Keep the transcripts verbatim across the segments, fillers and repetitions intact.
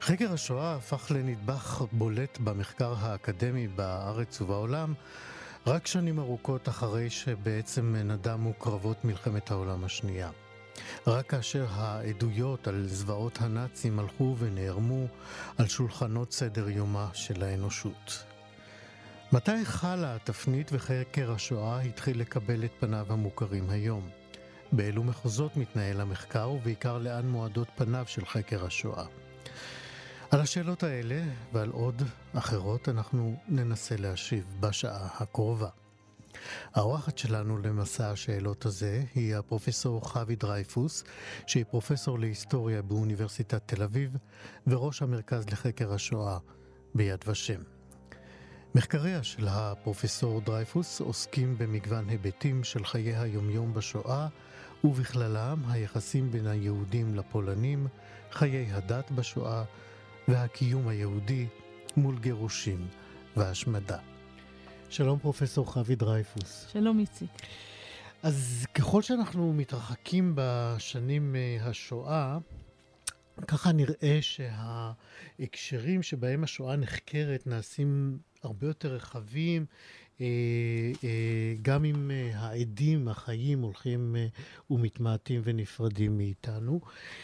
חקר השואה הפך לנדבך בולט במחקר האקדמי בארץ ובעולם, רק שנים ארוכות אחרי שבעצם נדמו קרבות מלחמת העולם השנייה. רק כאשר העדויות על זוועות הנאצים הלכו ונערמו על שולחנות סדר יומה של האנושות. מתי חלה התפנית וחקר השואה התחיל לקבל את פניו המוכרים היום? באילו מחוזות מתנהל המחקר ובעיקר לאן מועדות פניו של חקר השואה? על השאלות האלה ועל עוד אחרות אנחנו ננסה להשיב בשעה הקרובה. האורחת שלנו למסע השאלות הזה היא הפרופסור חוי דרייפוס, שהיא פרופסור להיסטוריה באוניברסיטת תל אביב וראש המרכז לחקר השואה ביד ושם. מחקריה של הפרופסור דרייפוס עוסקים במגוון היבטים של חיי היומיום בשואה, ובכללם היחסים בין היהודים לפולנים, חיי הדת בשואה והקיום היהודי מול גירושים והשמדה. שלום פרופסור חוי דרייפוס. שלום איציק. אז ככל שאנחנו מתרחקים בשנים השואה, ככה נראה שההקשרים שבהם השואה נחקרת נעשים הרבה יותר רחבים, גם אם העדים החיים הולכים ומתמעטים ונפרדים מאיתנו.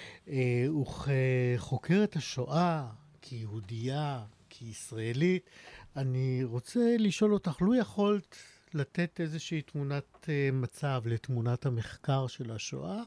וכחוקרת השואה, כיהודייה, כישראלית, אני רוצה לשאול אותך, לו יכולת לתת איזושהי תמונת מצב לתמונת המחקר של השואה,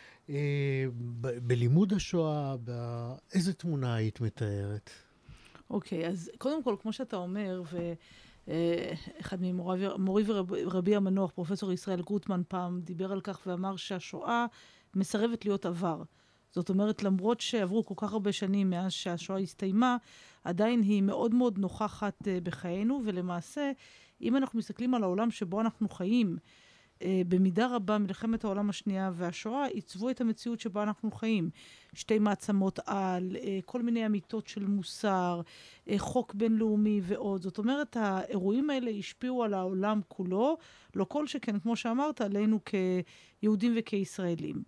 בלימוד השואה, באיזה תמונה היית מתארת? אוקיי, אז קודם כל, כמו שאתה אומר, ואחד ממורי ורבי המנוח, פרופסור ישראל גרוטמן, פעם דיבר על כך ואמר שהשואה מסרבת להיות עבר. זאת אומרת, למרות שעברו כל כך הרבה שנים מאז שהשואה הסתיימה, עדיין היא מאוד מאוד נוכחת בחיינו, ולמעשה, אם אנחנו מסתכלים על העולם שבו אנחנו חיים, במידה רבה מלחמת העולם השנייה והשואה עיצבו את המציאות שבה אנחנו חיים. שתי מעצמות על, כל מיני אמיתות של מוסר, חוק בינלאומי ועוד. זאת אומרת, האירועים האלה השפיעו על העולם כולו, לא כל שכן, כמו שאמרת, עלינו כיהודים וכישראלים.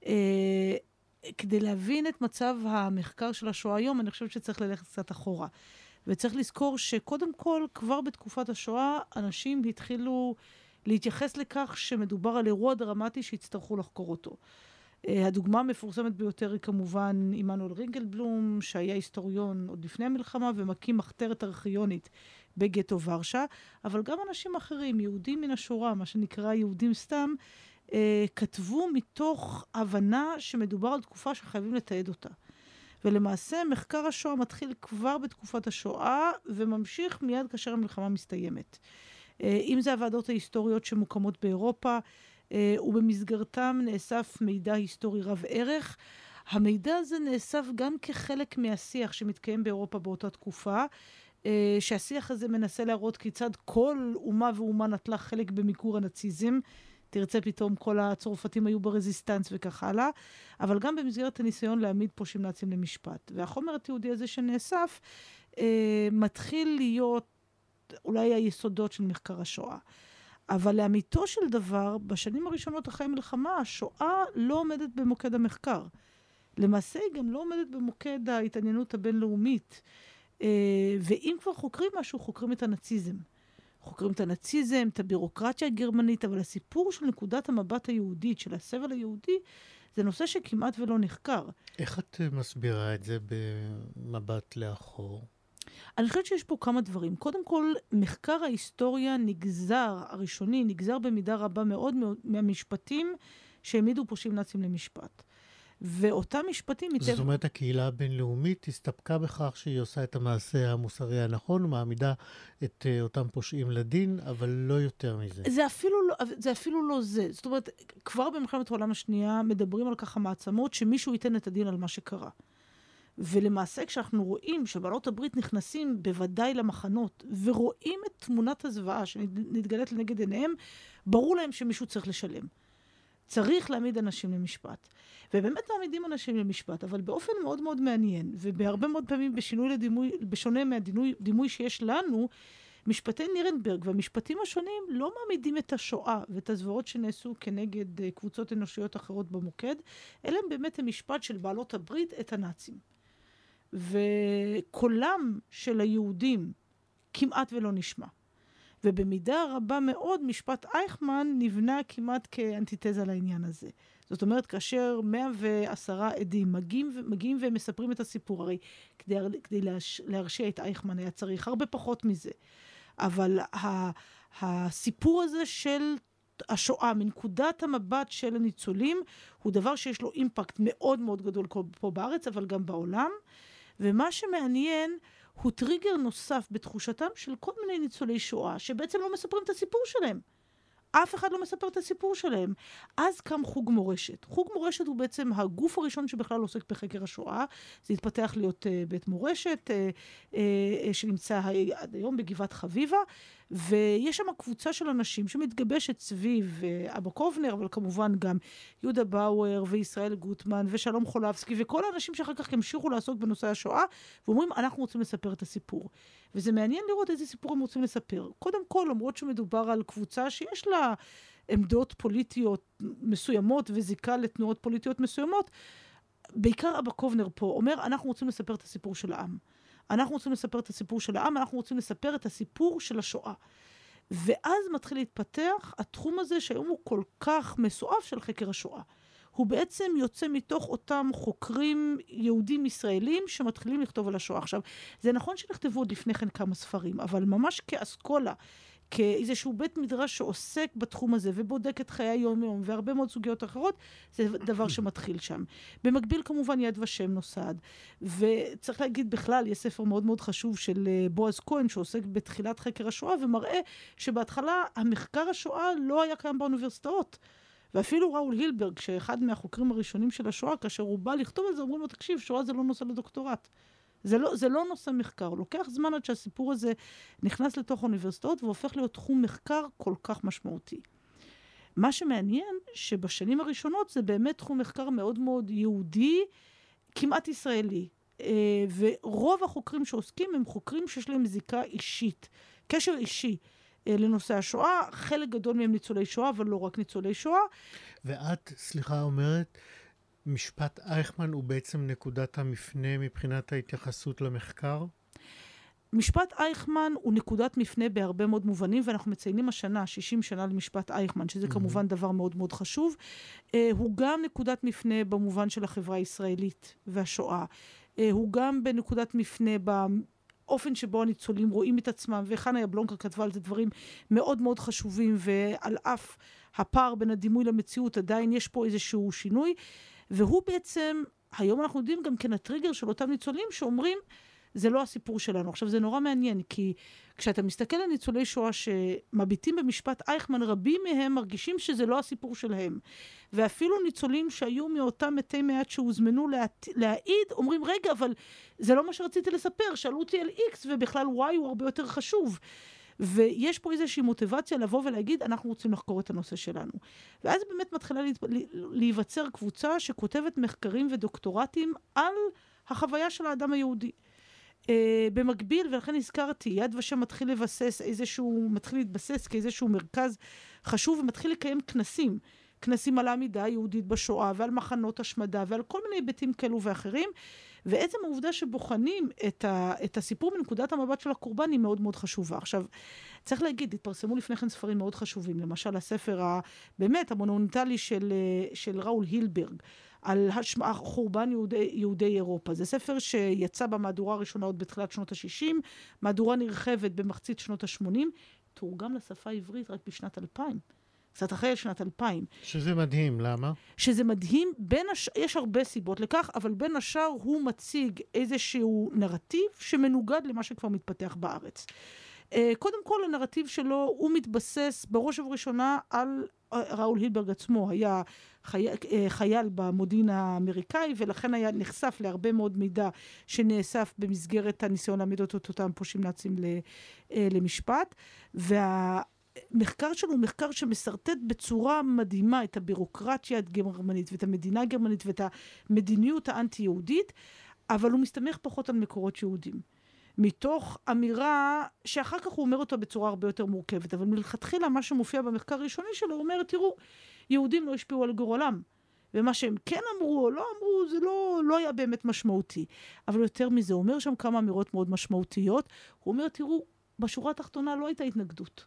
כדי להבין את מצב המחקר של השואה היום, אני חושבת שצריך ללכת קצת אחורה. וצריך לזכור שקודם כל, כבר בתקופת השואה, אנשים התחילו להתייחס לכך שמדובר על אירוע דרמטי שהצטרכו לחקור אותו. הדוגמה המפורסמת ביותר היא כמובן עמנואל רינגלבלום, שהיה היסטוריון עוד לפני המלחמה ומקים מחתרת ארכיונית בגטו ורשה, אבל גם אנשים אחרים, יהודים מן השורה, מה שנקרא יהודים סתם, כתבו מתוך הבנה שמדובר על תקופה שחייבים לתעד אותה. ולמעשה מחקר השואה מתחיל כבר בתקופת השואה וממשיך מיד כאשר המלחמה מסתיימת. אם זה הוועדות ההיסטוריות שמוקמות באירופה, ובמסגרתם נאסף מידע היסטורי רב ערך. המידע הזה נאסף גם כחלק מהשיח שמתקיים באירופה באותה תקופה, שהשיח הזה מנסה להראות כיצד כל אומה ואומה נטלה חלק במיקור הנאציזם, תרצה פתאום כל הצרפתים היו ברזיסטנס וכך הלאה, אבל גם במסגרת הניסיון להעמיד פושעים נאצים למשפט. והחומר התיעודי הזה שנאסף, מתחיל להיות אולי היסודות של מחקר השואה. אבל לאמיתו של דבר, בשנים הראשונות אחרי המלחמה, השואה לא עומדת במוקד המחקר. למעשה היא גם לא עומדת במוקד ההתעניינות הבינלאומית. ואם כבר חוקרים משהו, חוקרים את הנאציזם. חוקרים את הנאציזם, את הבירוקרטיה הגרמנית, אבל הסיפור של נקודת המבט היהודית, של הסבל היהודי, זה נושא שכמעט ולא נחקר. איך את מסבירה את זה במבט לאחור? אני חושבת שיש פה כמה דברים. קודם כל, מחקר ההיסטוריה נגזר, הראשוני, נגזר במידה רבה מאוד מהמשפטים שהעמידו פושעים נאצים למשפט. ואותם משפטים... זאת אומרת, הקהילה הבינלאומית הסתפקה בכך שהיא עושה את המעשה המוסרי הנכון, ומעמידה את אותם פושעים לדין, אבל לא יותר מזה. זה אפילו לא זה. אפילו לא זה. זאת אומרת, כבר במלחמת העולם השנייה מדברים על כך המעצמות, שמישהו ייתן את הדין על מה שקרה. ולמעשה כשאנחנו רואים שבעלות הברית נכנסים בוודאי למחנות, ורואים את תמונת הזוועה שנתגלית לנגד עיניהם, ברור להם שמישהו צריך לשלם. צריך להעמיד אנשים למשפט. ובאמת מעמידים אנשים למשפט, אבל באופן מאוד מאוד מעניין, ובהרבה מאוד פעמים בשינוי לדימוי, בשונה מהדימוי שיש לנו, משפטי נירנברג והמשפטים השונים לא מעמידים את השואה ואת הזוועות שנעשו כנגד קבוצות אנושיות אחרות במוקד, אלא הם באמת המשפט של בעלות הברית את הנאצים. וקולם של היהודים כמעט ולא נשמע. ובמידה רבה מאוד משפט אייכמן נבנה כמעט כאנטיתזה לעניין הזה. זאת אומרת, כאשר מאה ועשרה עדים מגיעים, מגיעים ומספרים את הסיפור, הרי כדי, כדי להש, להרשיע את אייכמן היה צריך הרבה פחות מזה. אבל ה, הסיפור הזה של השואה, מנקודת המבט של הניצולים, הוא דבר שיש לו אימפקט מאוד מאוד גדול פה בארץ, אבל גם בעולם. ומה שמעניין הוא טריגר נוסף בתחושתם של כל מיני ניצולי שואה, שבעצם לא מספרים את הסיפור שלהם. אף אחד לא מספר את הסיפור שלהם. אז קם חוג מורשת. חוג מורשת הוא בעצם הגוף הראשון שבכלל עוסק בחקר השואה. זה התפתח להיות uh, בית מורשת, uh, uh, uh, שנמצא עד היום בגבעת חביבה, ויש שם קבוצה של אנשים שמתגבשת סביב uh, אבא קובנר, אבל כמובן גם יהודה באואר וישראל גוטמן ושלום חולבסקי, וכל האנשים שאחר כך המשיכו לעסוק בנושא השואה, ואומרים, אנחנו רוצים לספר את הסיפור. וזה מעניין לראות איזה סיפור הם רוצים לספר. קודם כל, למרות שמדובר על קבוצה שיש לה עמדות פוליטיות מסוימות וזיקה לתנועות פוליטיות מסוימות, בעיקר אבא קובנר פה אומר, אנחנו רוצים לספר את הסיפור של העם. אנחנו רוצים לספר את הסיפור של העם, אנחנו רוצים לספר את הסיפור של השואה. ואז מתחיל להתפתח התחום הזה שהיום הוא כל כך מסועף של חקר השואה. הוא בעצם יוצא מתוך אותם חוקרים יהודים ישראלים שמתחילים לכתוב על השואה. עכשיו, זה נכון שנכתבו עוד לפני כן כמה ספרים, אבל ממש כאסכולה, כאיזשהו בית מדרש שעוסק בתחום הזה ובודק את חיי היום יום והרבה מאוד סוגיות אחרות, זה דבר שמתחיל שם. במקביל כמובן יד ושם נוסד, וצריך להגיד בכלל, יש ספר מאוד מאוד חשוב של בועז כהן שעוסק בתחילת חקר השואה ומראה שבהתחלה המחקר השואה לא היה קיים באוניברסיטאות. ואפילו ראול הילברג, שאחד מהחוקרים הראשונים של השואה, כאשר הוא בא לכתוב על זה, אומרים לו, תקשיב, שואה זה לא נושא לדוקטורט. זה לא, זה לא נושא מחקר. לוקח זמן עד שהסיפור הזה נכנס לתוך האוניברסיטאות, והופך להיות תחום מחקר כל כך משמעותי. מה שמעניין, שבשנים הראשונות זה באמת תחום מחקר מאוד מאוד יהודי, כמעט ישראלי. ורוב החוקרים שעוסקים הם חוקרים שיש להם זיקה אישית, קשר אישי. לנושא השואה, חלק גדול מהם ניצולי שואה, אבל לא רק ניצולי שואה. ואת, סליחה, אומרת, משפט אייכמן הוא בעצם נקודת המפנה מבחינת ההתייחסות למחקר? משפט אייכמן הוא נקודת מפנה בהרבה מאוד מובנים, ואנחנו מציינים השנה, שישים שנה למשפט אייכמן, שזה mm-hmm. כמובן דבר מאוד מאוד חשוב. Uh, הוא גם נקודת מפנה במובן של החברה הישראלית והשואה. Uh, הוא גם בנקודת מפנה ב... אופן שבו הניצולים רואים את עצמם, וחנה יבלונקה כתבה על זה דברים מאוד מאוד חשובים, ועל אף הפער בין הדימוי למציאות, עדיין יש פה איזשהו שינוי, והוא בעצם, היום אנחנו יודעים גם כן הטריגר של אותם ניצולים, שאומרים, זה לא הסיפור שלנו. עכשיו זה נורא מעניין, כי כשאתה מסתכל על ניצולי שואה שמביטים במשפט אייכמן, רבים מהם מרגישים שזה לא הסיפור שלהם. ואפילו ניצולים שהיו מאותם מתי מעט שהוזמנו להעיד, אומרים, רגע, אבל זה לא מה שרציתי לספר, שאלו אותי על X, ובכלל Y הוא הרבה יותר חשוב. ויש פה איזושהי מוטיבציה לבוא ולהגיד, אנחנו רוצים לחקור את הנושא שלנו. ואז באמת מתחילה להיווצר קבוצה שכותבת מחקרים ודוקטורטים על החוויה של האדם היהודי. Uh, במקביל, ולכן הזכרתי, יד ושם מתחיל לבסס איזשהו, מתחיל להתבסס כאיזשהו מרכז חשוב, ומתחיל לקיים כנסים, כנסים על העמידה היהודית בשואה, ועל מחנות השמדה, ועל כל מיני היבטים כאלו ואחרים, ועצם העובדה שבוחנים את, ה, את הסיפור מנקודת המבט של הקורבן היא מאוד מאוד חשובה. עכשיו, צריך להגיד, התפרסמו לפני כן ספרים מאוד חשובים, למשל הספר ה, באמת המונומנטלי של, של ראול הילברג, על חורבן יהודי, יהודי אירופה. זה ספר שיצא במהדורה הראשונה עוד בתחילת שנות ה-שישים, מהדורה נרחבת במחצית שנות ה-שמונים, תורגם לשפה העברית רק בשנת אלפיים. קצת אחרי שנת אלפיים. שזה מדהים, למה? שזה מדהים, בין הש... יש הרבה סיבות לכך, אבל בין השאר הוא מציג איזשהו נרטיב שמנוגד למה שכבר מתפתח בארץ. קודם כל, הנרטיב שלו הוא מתבסס בראש ובראשונה על ראול הילברג עצמו, היה חי... חייל במודיעין האמריקאי, ולכן היה נחשף להרבה מאוד מידע שנאסף במסגרת הניסיון להעמיד את אותם פושעים נאצים למשפט, והמחקר שלו הוא מחקר שמסרטט בצורה מדהימה את הבירוקרטיה הגרמנית, ואת המדינה הגרמנית, ואת המדיניות האנטי-יהודית, אבל הוא מסתמך פחות על מקורות יהודים. מתוך אמירה שאחר כך הוא אומר אותה בצורה הרבה יותר מורכבת, אבל מלכתחילה מה שמופיע במחקר הראשוני שלו, הוא אומר, תראו, יהודים לא השפיעו על גורלם. ומה שהם כן אמרו או לא אמרו, זה לא, לא היה באמת משמעותי. אבל יותר מזה, הוא אומר שם כמה אמירות מאוד משמעותיות. הוא אומר, תראו, בשורה התחתונה לא הייתה התנגדות.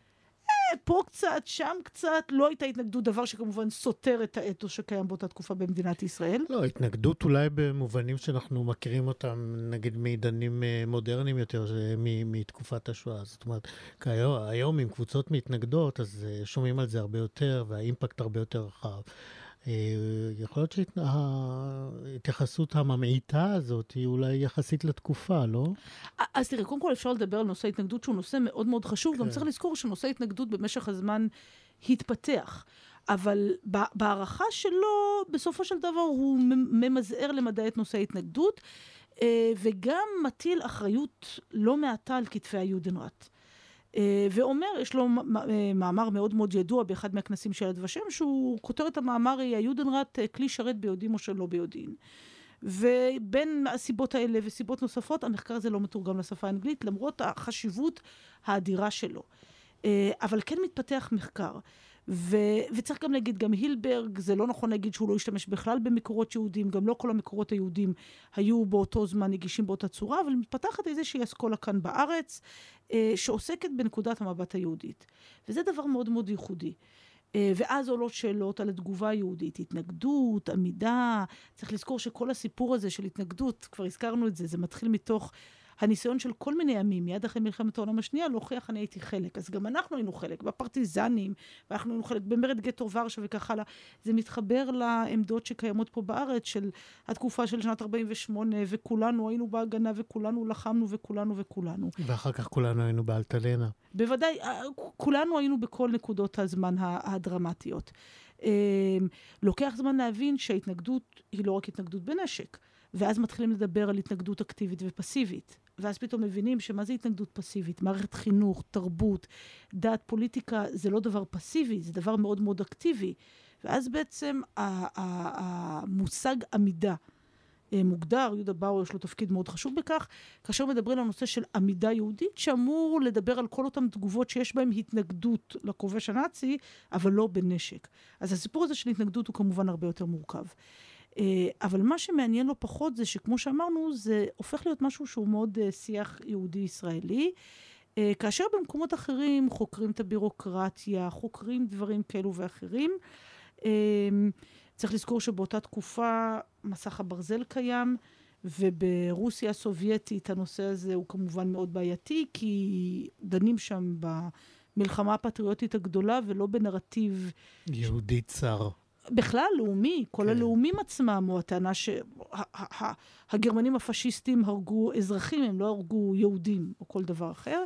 פה קצת, שם קצת, לא הייתה התנגדות, דבר שכמובן סותר את האתוס שקיים באותה תקופה במדינת ישראל. לא, התנגדות אולי במובנים שאנחנו מכירים אותם, נגיד מעידנים מודרניים יותר, מתקופת השואה. זאת אומרת, כיום, היום עם קבוצות מתנגדות, אז שומעים על זה הרבה יותר, והאימפקט הרבה יותר רחב. יכול להיות שההתייחסות הממעיטה הזאת היא אולי יחסית לתקופה, לא? אז תראה, קודם כל אפשר לדבר על נושא התנגדות שהוא נושא מאוד מאוד חשוב, גם צריך לזכור שנושא התנגדות במשך הזמן התפתח, אבל בהערכה שלו, בסופו של דבר הוא ממזער למדי את נושא ההתנגדות, וגם מטיל אחריות לא מעטה על כתפי היודנראט. ואומר, יש לו מאמר מאוד מאוד ידוע באחד מהכנסים של יד ושם, שהוא כותב את המאמר, היודנראט כלי שרת ביודעים או שלא ביודעין. ובין הסיבות האלה וסיבות נוספות, המחקר הזה לא מתורגם לשפה האנגלית, למרות החשיבות האדירה שלו. אבל כן מתפתח מחקר. ו- וצריך גם להגיד, גם הילברג, זה לא נכון להגיד שהוא לא השתמש בכלל במקורות יהודים, גם לא כל המקורות היהודים היו באותו זמן נגישים באותה צורה, אבל מתפתחת איזושהי אסכולה כאן בארץ, אה, שעוסקת בנקודת המבט היהודית. וזה דבר מאוד מאוד ייחודי. אה, ואז עולות שאלות על התגובה היהודית, התנגדות, עמידה, צריך לזכור שכל הסיפור הזה של התנגדות, כבר הזכרנו את זה, זה מתחיל מתוך הניסיון של כל מיני ימים, מיד אחרי מלחמת העולם השנייה, להוכיח אני הייתי חלק. אז גם אנחנו היינו חלק, בפרטיזנים, ואנחנו היינו חלק במרד גטו ורשה וכך הלאה. זה מתחבר לעמדות שקיימות פה בארץ, של התקופה של שנת ארבעים ושמונה, וכולנו היינו בהגנה, וכולנו לחמנו, וכולנו וכולנו. ואחר כך כולנו היינו באלטלנה. בוודאי, כולנו היינו בכל נקודות הזמן הדרמטיות. לוקח זמן להבין שההתנגדות היא לא רק התנגדות בנשק, ואז מתחילים לדבר על התנגדות אקטיבית ופסיבית. ואז פתאום מבינים שמה זה התנגדות פסיבית? מערכת חינוך, תרבות, דת, פוליטיקה, זה לא דבר פסיבי, זה דבר מאוד מאוד אקטיבי. ואז בעצם המושג עמידה מוגדר, יהודה באואר יש לו תפקיד מאוד חשוב בכך, כאשר מדברים על נושא של עמידה יהודית, שאמור לדבר על כל אותם תגובות שיש בהם התנגדות לכובש הנאצי, אבל לא בנשק. אז הסיפור הזה של התנגדות הוא כמובן הרבה יותר מורכב. אבל מה שמעניין לו פחות זה שכמו שאמרנו, זה הופך להיות משהו שהוא מאוד שיח יהודי-ישראלי, כאשר במקומות אחרים חוקרים את הבירוקרטיה, חוקרים דברים כאלו ואחרים. צריך לזכור שבאותה תקופה מסך הברזל קיים, וברוסיה הסובייטית הנושא הזה הוא כמובן מאוד בעייתי, כי דנים שם במלחמה הפטריוטית הגדולה ולא בנרטיב יהודי צר. בכלל לאומי, כל כן. הלאומים עצמם, או הטענה שהגרמנים הפשיסטים הרגו אזרחים, הם לא הרגו יהודים או כל דבר אחר.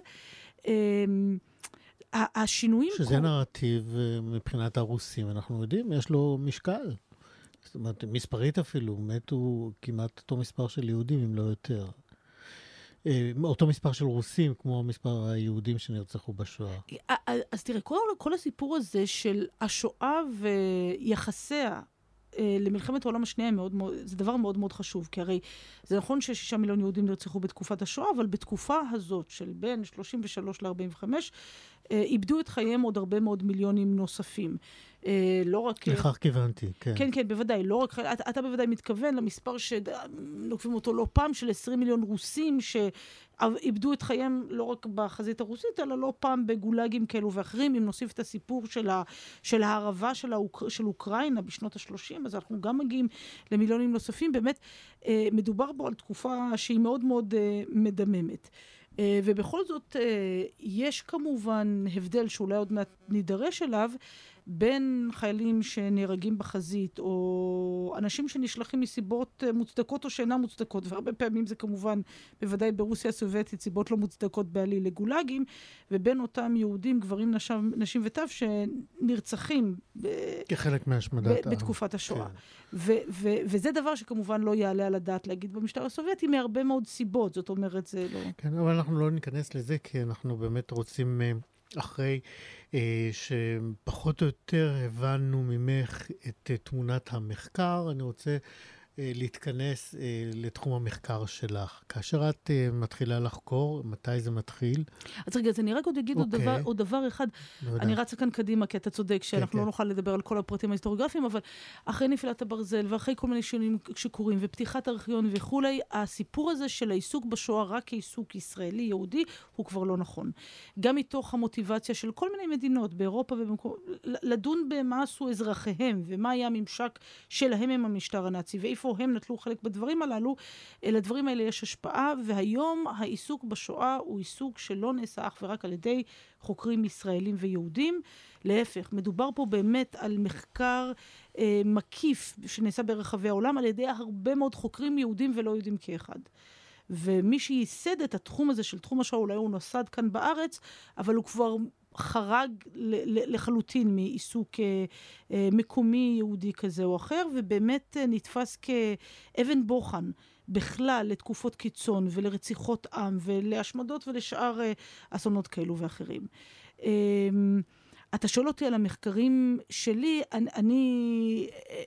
השינויים... שזה כל... נרטיב מבחינת הרוסים, אנחנו יודעים, יש לו משקל. זאת אומרת, מספרית אפילו, מתו כמעט אותו מספר של יהודים, אם לא יותר. אותו מספר של רוסים, כמו מספר היהודים שנרצחו בשואה. אז תראה, כל, כל הסיפור הזה של השואה ויחסיה למלחמת העולם השנייה, מאוד, מאוד, זה דבר מאוד מאוד חשוב, כי הרי זה נכון ששישה מיליון יהודים נרצחו בתקופת השואה, אבל בתקופה הזאת של בין שלושים ושלוש ל-ארבעים וחמש, איבדו את חייהם עוד הרבה מאוד מיליונים נוספים. לא רק... לכך כיוונתי, כן. כן, כן, בוודאי. לא רק... אתה, אתה בוודאי מתכוון למספר שנוקפים אותו לא פעם, של עשרים מיליון רוסים שאיבדו את חייהם לא רק בחזית הרוסית, אלא לא פעם בגולגים כאלו ואחרים. אם נוסיף את הסיפור של, ה, של הערבה של, האוק, של אוקראינה בשנות ה-שלושים, אז אנחנו גם מגיעים למיליונים נוספים. באמת, מדובר בו על תקופה שהיא מאוד מאוד מדממת. ובכל זאת, יש כמובן הבדל שאולי עוד מעט נידרש אליו, בין חיילים שנהרגים בחזית, או אנשים שנשלחים מסיבות מוצדקות או שאינן מוצדקות, והרבה פעמים זה כמובן, בוודאי ברוסיה הסובייטית, סיבות לא מוצדקות בעליל לגולגים, ובין אותם יהודים, גברים, נשים, נשים וטף, שנרצחים כחלק מהשמדת בתקופת השואה. כן. ו- ו- וזה דבר שכמובן לא יעלה על הדעת להגיד במשטר הסובייטי, מהרבה מאוד סיבות, זאת אומרת, זה לא... כן, אבל אנחנו לא ניכנס לזה, כי אנחנו באמת רוצים... אחרי אה, שפחות או יותר הבנו ממך את אה, תמונת המחקר, אני רוצה להתכנס לתחום המחקר שלך. כאשר את מתחילה לחקור, מתי זה מתחיל? אז רגע, אז אני רק עוד אגיד עוד דבר, עוד דבר אחד. אני רצה כאן קדימה, כי אתה צודק שאנחנו לא נוכל לדבר על כל הפרטים ההיסטוריוגרפיים, אבל אחרי נפילת הברזל ואחרי כל מיני שינויים שקורים ופתיחת הארכיון וכולי, הסיפור הזה של העיסוק בשואה רק כעיסוק ישראלי, יהודי, הוא כבר לא נכון. גם מתוך המוטיבציה של כל מיני מדינות באירופה ובמקום, לדון במה עשו אזרחיהם ומה היה הממשק שלהם עם המשטר הנאצי ואיפה הם נטלו חלק בדברים הללו, לדברים האלה יש השפעה, והיום העיסוק בשואה הוא עיסוק שלא נעשה אך ורק על ידי חוקרים ישראלים ויהודים. להפך, מדובר פה באמת על מחקר אה, מקיף שנעשה ברחבי העולם על ידי הרבה מאוד חוקרים יהודים ולא יהודים כאחד. ומי שייסד את התחום הזה של תחום השואה, אולי הוא נוסד כאן בארץ, אבל הוא כבר חרג לחלוטין מעיסוק מקומי יהודי כזה או אחר, ובאמת נתפס כאבן בוחן בכלל לתקופות קיצון ולרציחות עם ולהשמדות ולשאר אסונות כאלו ואחרים. אתה שואל אותי על המחקרים שלי, אני... אני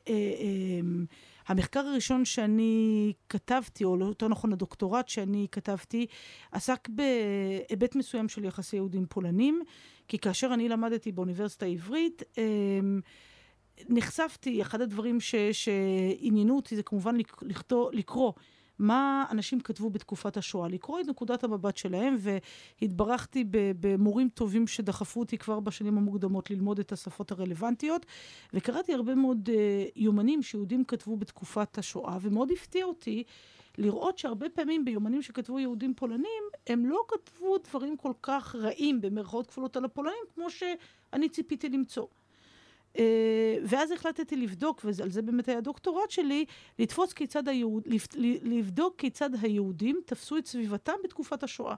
המחקר הראשון שאני כתבתי, או יותר נכון הדוקטורט שאני כתבתי, עסק בהיבט מסוים של יחסי יהודים פולנים, כי כאשר אני למדתי באוניברסיטה העברית, נחשפתי, אחד הדברים ש, שעניינו אותי זה כמובן לכתוב, לקרוא מה אנשים כתבו בתקופת השואה, לקרוא את נקודת המבט שלהם, והתברכתי במורים טובים שדחפו אותי כבר בשנים המוקדמות ללמוד את השפות הרלוונטיות, וקראתי הרבה מאוד יומנים שיהודים כתבו בתקופת השואה, ומאוד הפתיע אותי לראות שהרבה פעמים ביומנים שכתבו יהודים פולנים, הם לא כתבו דברים כל כך רעים במרכאות כפולות על הפולנים, כמו שאני ציפיתי למצוא. ואז החלטתי לבדוק, ועל זה באמת היה הדוקטורט שלי, לתפוס כיצד היהוד, לבדוק כיצד היהודים תפסו את סביבתם בתקופת השואה.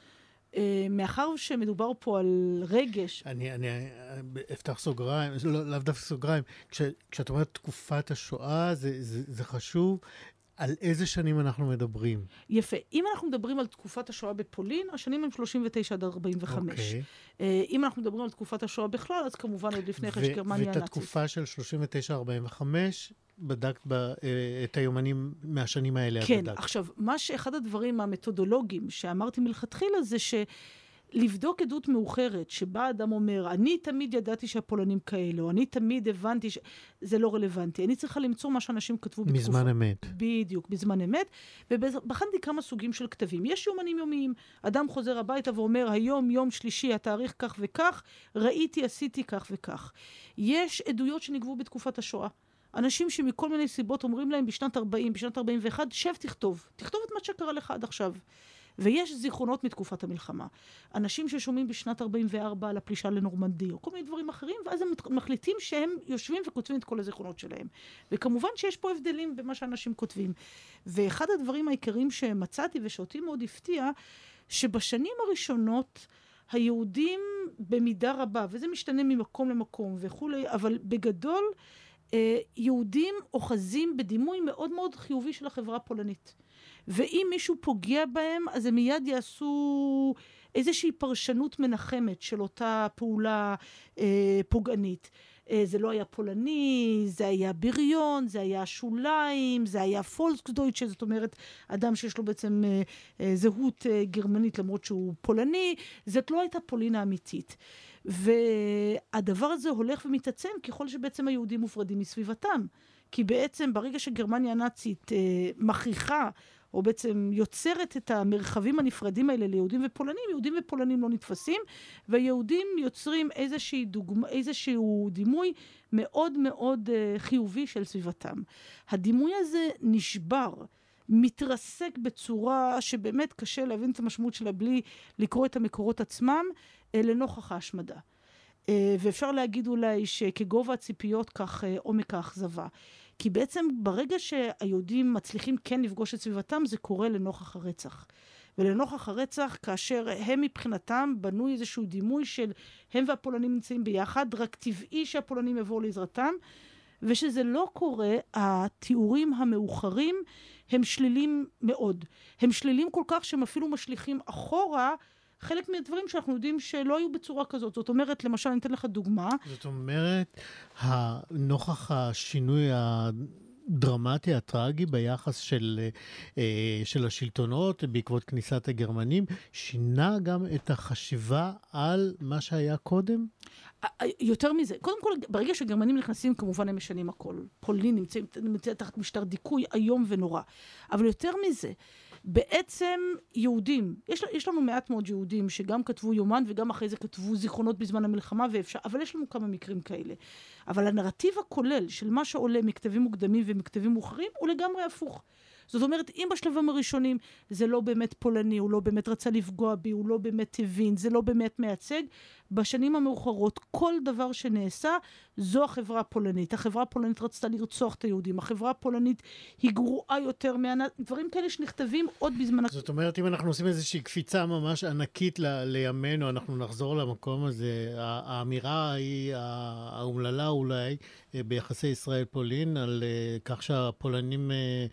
מאחר שמדובר פה על רגש. אני, אני אפתח סוגריים, לא, לאו דווקא סוגריים, כש, כשאת אומרת תקופת השואה, זה, זה, זה חשוב. על איזה שנים אנחנו מדברים? יפה. אם אנחנו מדברים על תקופת השואה בפולין, השנים הם שלושים ותשע עד ארבעים וחמש. Okay. אם אנחנו מדברים על תקופת השואה בכלל, אז כמובן עוד לפני אחרי שגרמניה הנאצית. ואת התקופה של שלושים ותשע עד ארבעים וחמש, בדקת בה, את היומנים מהשנים האלה? כן. בדקת. עכשיו, מה שאחד הדברים המתודולוגיים שאמרתי מלכתחילה זה ש... לבדוק עדות מאוחרת, שבה אדם אומר, אני תמיד ידעתי שהפולנים כאלו, אני תמיד הבנתי ש... זה לא רלוונטי. אני צריכה למצוא מה שאנשים כתבו בתקופה. מזמן אמת. בדיוק, בזמן אמת. ובחנתי כמה סוגים של כתבים. יש יומנים יומיים. אדם חוזר הביתה ואומר, היום, יום שלישי, התאריך כך וכך, ראיתי, עשיתי כך וכך. יש עדויות שנגבו בתקופת השואה. אנשים שמכל מיני סיבות אומרים להם בשנת ארבעים, בשנת ארבעים ואחת, שב תכתוב. תכתוב את מה שקרה לך עד עכשיו. ויש זיכרונות מתקופת המלחמה. אנשים ששומעים בשנת ארבעים וארבע על הפלישה לנורמנדי, או כל מיני דברים אחרים, ואז הם מחליטים שהם יושבים וכותבים את כל הזיכרונות שלהם. וכמובן שיש פה הבדלים במה שאנשים כותבים. ואחד הדברים העיקריים שמצאתי ושאותי מאוד הפתיע, שבשנים הראשונות היהודים במידה רבה, וזה משתנה ממקום למקום וכולי, אבל בגדול יהודים אוחזים בדימוי מאוד מאוד חיובי של החברה הפולנית. ואם מישהו פוגע בהם, אז הם מיד יעשו איזושהי פרשנות מנחמת של אותה פעולה אה, פוגענית. אה, זה לא היה פולני, זה היה בריון, זה היה שוליים, זה היה פולקסדויטש, זאת אומרת, אדם שיש לו בעצם אה, אה, זהות אה, גרמנית למרות שהוא פולני, זאת לא הייתה פולינה אמיתית. והדבר הזה הולך ומתעצם ככל שבעצם היהודים מופרדים מסביבתם. כי בעצם ברגע שגרמניה הנאצית אה, מכריחה, או בעצם יוצרת את המרחבים הנפרדים האלה ליהודים ופולנים, יהודים ופולנים לא נתפסים, והיהודים יוצרים איזושהי דוגמה, איזשהו דימוי מאוד מאוד uh, חיובי של סביבתם. הדימוי הזה נשבר, מתרסק בצורה שבאמת קשה להבין את המשמעות שלה בלי לקרוא את המקורות עצמם, uh, לנוכח ההשמדה. Uh, ואפשר להגיד אולי שכגובה הציפיות כך uh, עומק האכזבה. כי בעצם ברגע שהיהודים מצליחים כן לפגוש את סביבתם, זה קורה לנוכח הרצח. ולנוכח הרצח, כאשר הם מבחינתם בנו איזשהו דימוי של הם והפולנים נמצאים ביחד, רק טבעי שהפולנים יבואו לעזרתם, ושזה לא קורה, התיאורים המאוחרים הם שלילים מאוד. הם שלילים כל כך שהם אפילו משליכים אחורה, חלק מהדברים שאנחנו יודעים שלא היו בצורה כזאת. זאת אומרת, למשל, אני אתן לך דוגמה. זאת אומרת, נוכח השינוי הדרמטי, הטרגי, ביחס של, של השלטונות בעקבות כניסת הגרמנים, שינה גם את החשיבה על מה שהיה קודם? יותר מזה, קודם כל, ברגע שגרמנים נכנסים, כמובן הם משנים הכל. פולין נמצאים, נמצאים תחת משטר דיכוי איום ונורא. אבל יותר מזה, בעצם יהודים, יש, יש לנו מעט מאוד יהודים שגם כתבו יומן וגם אחרי זה כתבו זיכרונות בזמן המלחמה, ואפשר, אבל יש לנו כמה מקרים כאלה. אבל הנרטיב הכולל של מה שעולה מכתבים מוקדמים ומכתבים מאוחרים הוא לגמרי הפוך. זאת אומרת, אם בשלבים הראשונים זה לא באמת פולני, הוא לא באמת רצה לפגוע בי, הוא לא באמת הבין, זה לא באמת מייצג, בשנים המאוחרות כל דבר שנעשה זו החברה הפולנית. החברה הפולנית רצתה לרצוח את היהודים, החברה הפולנית היא גרועה יותר, מה... דברים כאלה שנכתבים עוד בזמן... זאת אומרת, אם אנחנו עושים איזושהי קפיצה ממש ענקית ל... לימינו, אנחנו נחזור למקום הזה, האמירה היא האומללה אולי ביחסי ישראל-פולין, על כך שהפולנים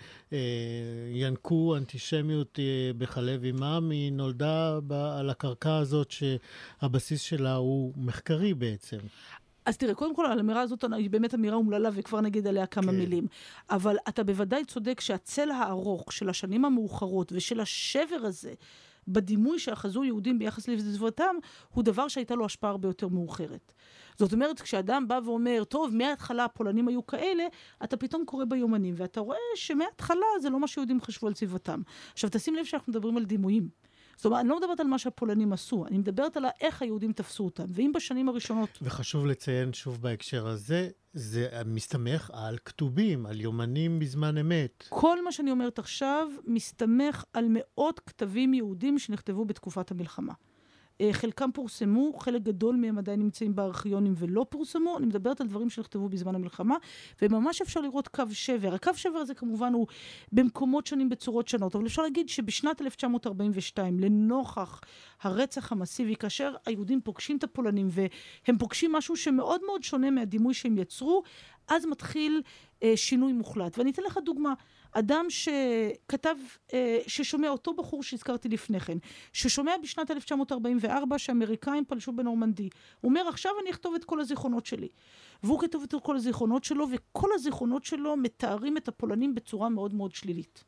ינקו אנטישמיות בחלב אימם, היא נולדה על הקרקע הזאת שהבסיס שלה הוא מחקרי בעצם. אז תראה, קודם כל, האמירה הזאת היא באמת אמירה אומללה, וכבר נגיד עליה כמה כן. מילים. אבל אתה בוודאי צודק שהצל הארוך של השנים המאוחרות ושל השבר הזה, בדימוי שאחזו יהודים ביחס לסביבתם, הוא דבר שהייתה לו השפעה הרבה יותר מאוחרת. זאת אומרת, כשאדם בא ואומר, טוב, מההתחלה הפולנים היו כאלה, אתה פתאום קורא ביומנים, ואתה רואה שמההתחלה זה לא מה שיהודים חשבו על סביבתם. עכשיו, תשים לב שאנחנו מדברים על דימויים. זאת אומרת, אני לא מדברת על מה שהפולנים עשו, אני מדברת על איך היהודים תפסו אותם. ואם בשנים הראשונות... וחשוב לציין שוב בהקשר הזה, זה מסתמך על כתובים, על יומנים בזמן אמת. כל מה שאני אומרת עכשיו מסתמך על מאות כתבים יהודים שנכתבו בתקופת המלחמה. חלקם פורסמו, חלק גדול מהם עדיין נמצאים בארכיונים ולא פורסמו, אני מדברת על דברים שנכתבו בזמן המלחמה, וממש אפשר לראות קו שבר. הקו שבר הזה כמובן הוא במקומות שונים בצורות שונות, אבל אפשר להגיד שבשנת אלף תשע מאות ארבעים ושתיים, לנוכח הרצח המסיבי, כאשר היהודים פוגשים את הפולנים, והם פוגשים משהו שמאוד מאוד שונה מהדימוי שהם יצרו, אז מתחיל אה, שינוי מוחלט. ואני אתן לך דוגמה, אדם שכתב, אה, ששומע אותו בחור שהזכרתי לפני כן, ששומע בשנת אלף תשע מאות ארבעים וארבע שאמריקאים פלשו בנורמנדי. הוא אומר, עכשיו אני אכתוב את כל הזיכרונות שלי. והוא כתב את כל הזיכרונות שלו, וכל הזיכרונות שלו מתארים את הפולנים בצורה מאוד מאוד שלילית.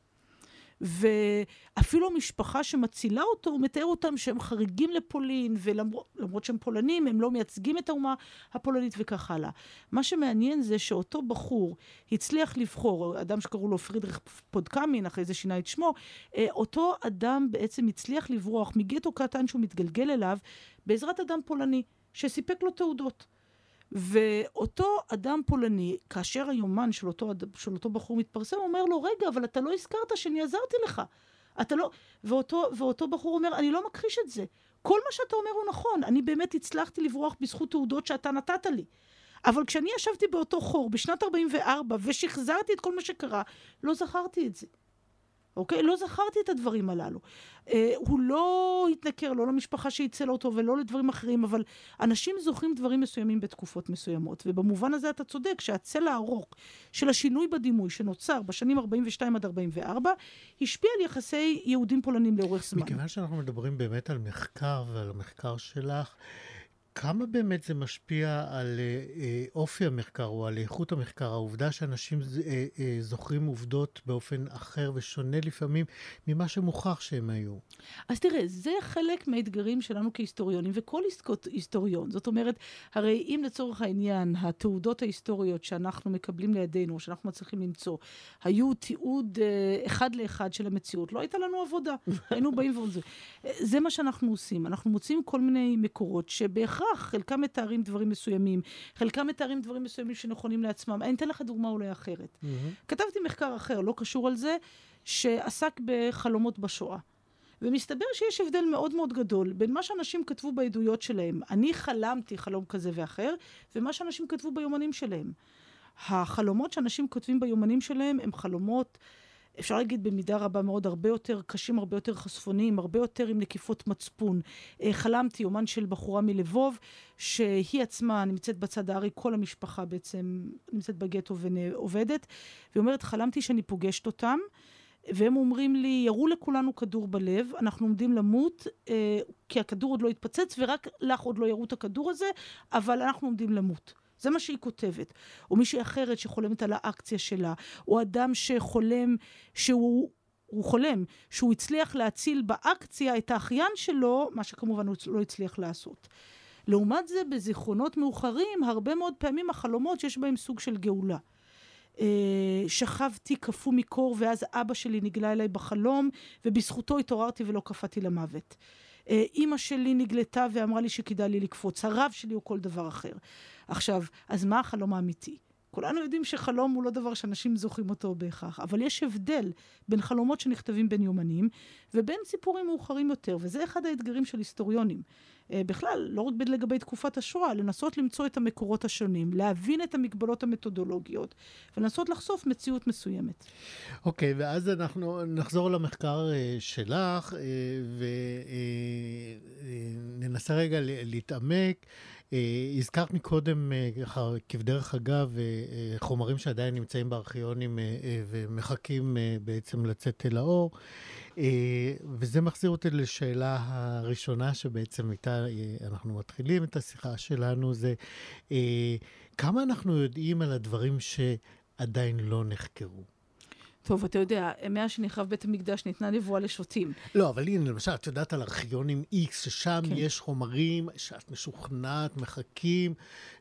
ואפילו המשפחה שמצילה אותו, הוא מתאר אותם שהם חריגים לפולין, ולמרות שהם פולנים, הם לא מייצגים את האומה הפולנית וכך הלאה. מה שמעניין זה שאותו בחור הצליח לבחור, אדם שקראו לו פרידריך פודקאמין, אחרי זה שינה את שמו, אותו אדם בעצם הצליח לברוח מגטו קטן שהוא מתגלגל אליו, בעזרת אדם פולני, שסיפק לו תעודות. ואותו אדם פולני, כאשר היומן של אותו, של אותו בחור מתפרסם, הוא אומר לו, רגע, אבל אתה לא הזכרת שאני עזרתי לך. אתה לא... ואותו, ואותו בחור אומר, אני לא מכחיש את זה. כל מה שאתה אומר הוא נכון. אני באמת הצלחתי לברוח בזכות תעודות שאתה נתת לי. אבל כשאני ישבתי באותו חור בשנת ארבעים וארבע ושחזרתי את כל מה שקרה, לא זכרתי את זה. אוקיי? לא זכרתי את הדברים הללו. אה, הוא לא התנכר, לא למשפחה שהצילה אותו ולא לדברים אחרים, אבל אנשים זוכרים דברים מסוימים בתקופות מסוימות, ובמובן הזה אתה צודק שהצל הארוך של השינוי בדימוי שנוצר בשנים ארבעים ושתיים עד ארבעים וארבע, השפיע על יחסי יהודים פולנים לאורך זמן. מכיוון שאנחנו מדברים באמת על מחקר ועל המחקר שלך, כמה באמת זה משפיע על אה, אופי המחקר או על איכות המחקר, העובדה שאנשים אה, אה, זוכרים עובדות באופן אחר ושונה לפעמים ממה שמוכח שהם היו? אז תראה, זה חלק מהאתגרים שלנו כהיסטוריונים, וכל היסטוריון. זאת אומרת, הרי אם לצורך העניין, התעודות ההיסטוריות שאנחנו מקבלים לידינו, שאנחנו מצליחים למצוא, היו תיעוד אה, אחד לאחד של המציאות, לא הייתה לנו עבודה. היינו באים ועוד זה. זה מה שאנחנו עושים. אנחנו מוצאים כל מיני מקורות שבהכרח חלקם מתארים דברים מסוימים, חלקם מתארים דברים מסוימים שנכונים לעצמם. אני אתן לך דוגמה אולי אחרת. Mm-hmm. כתבתי מחקר אחר, לא קשור על זה, שעסק בחלומות בשואה. ומסתבר שיש הבדל מאוד מאוד גדול בין מה שאנשים כתבו בעדויות שלהם. אני חלמתי חלום כזה ואחר, ומה שאנשים כתבו ביומנים שלהם. החלומות שאנשים כותבים ביומנים שלהם הם חלומות, אפשר להגיד במידה רבה מאוד, הרבה יותר קשים, הרבה יותר חשפוניים, הרבה יותר עם נקיפות מצפון. חלמתי יומן של בחורה מלבוב, שהיא עצמה נמצאת בצד הארי, כל המשפחה בעצם נמצאת בגטו ועובדת, והיא אומרת, חלמתי שאני פוגשת אותם, והם אומרים לי, ירו לכולנו כדור בלב, אנחנו עומדים למות, כי הכדור עוד לא התפצץ, ורק לך עוד לא ירו את הכדור הזה, אבל אנחנו עומדים למות. זה מה שהיא כותבת. או מישהי אחרת שחולמת על האקציה שלה, או אדם שחולם שהוא הוא חולם, שהוא הצליח להציל באקציה את האחיין שלו, מה שכמובן הוא לא הצליח לעשות. לעומת זה, בזיכרונות מאוחרים, הרבה מאוד פעמים החלומות שיש בהם סוג של גאולה. שכבתי קפוא מקור, ואז אבא שלי נגלה אליי בחלום, ובזכותו התעוררתי ולא קפאתי למוות. אמא שלי נגלתה ואמרה לי שכדאי לי לקפוץ, הרב שלי הוא כל דבר אחר. עכשיו, אז מה החלום האמיתי? כולנו יודעים שחלום הוא לא דבר שאנשים זוכים אותו בהכרח, אבל יש הבדל בין חלומות שנכתבים בין יומנים, ובין סיפורים מאוחרים יותר, וזה אחד האתגרים של היסטוריונים. בכלל, לא רק לגבי תקופת השואה, לנסות למצוא את המקורות השונים, להבין את המגבלות המתודולוגיות, ולנסות לחשוף מציאות מסוימת. אוקיי, ואז אנחנו נחזור למחקר שלך, וננסה רגע להתעמק. הזכרת מקודם, כבדרך אגב, חומרים שעדיין נמצאים בארכיונים ומחכים בעצם לצאת אל האור, וזה מחזיר אותי לשאלה הראשונה שבעצם איתה אנחנו מתחילים את השיחה שלנו, זה כמה אנחנו יודעים על הדברים שעדיין לא נחקרו? טוב, אתה יודע, מאז שנחרב בית המקדש ניתנה נבואה לשוטים. לא, אבל הנה, למשל, את יודעת על ארכיונים X, ששם כן. יש חומרים שאת משוכנעת, מחכים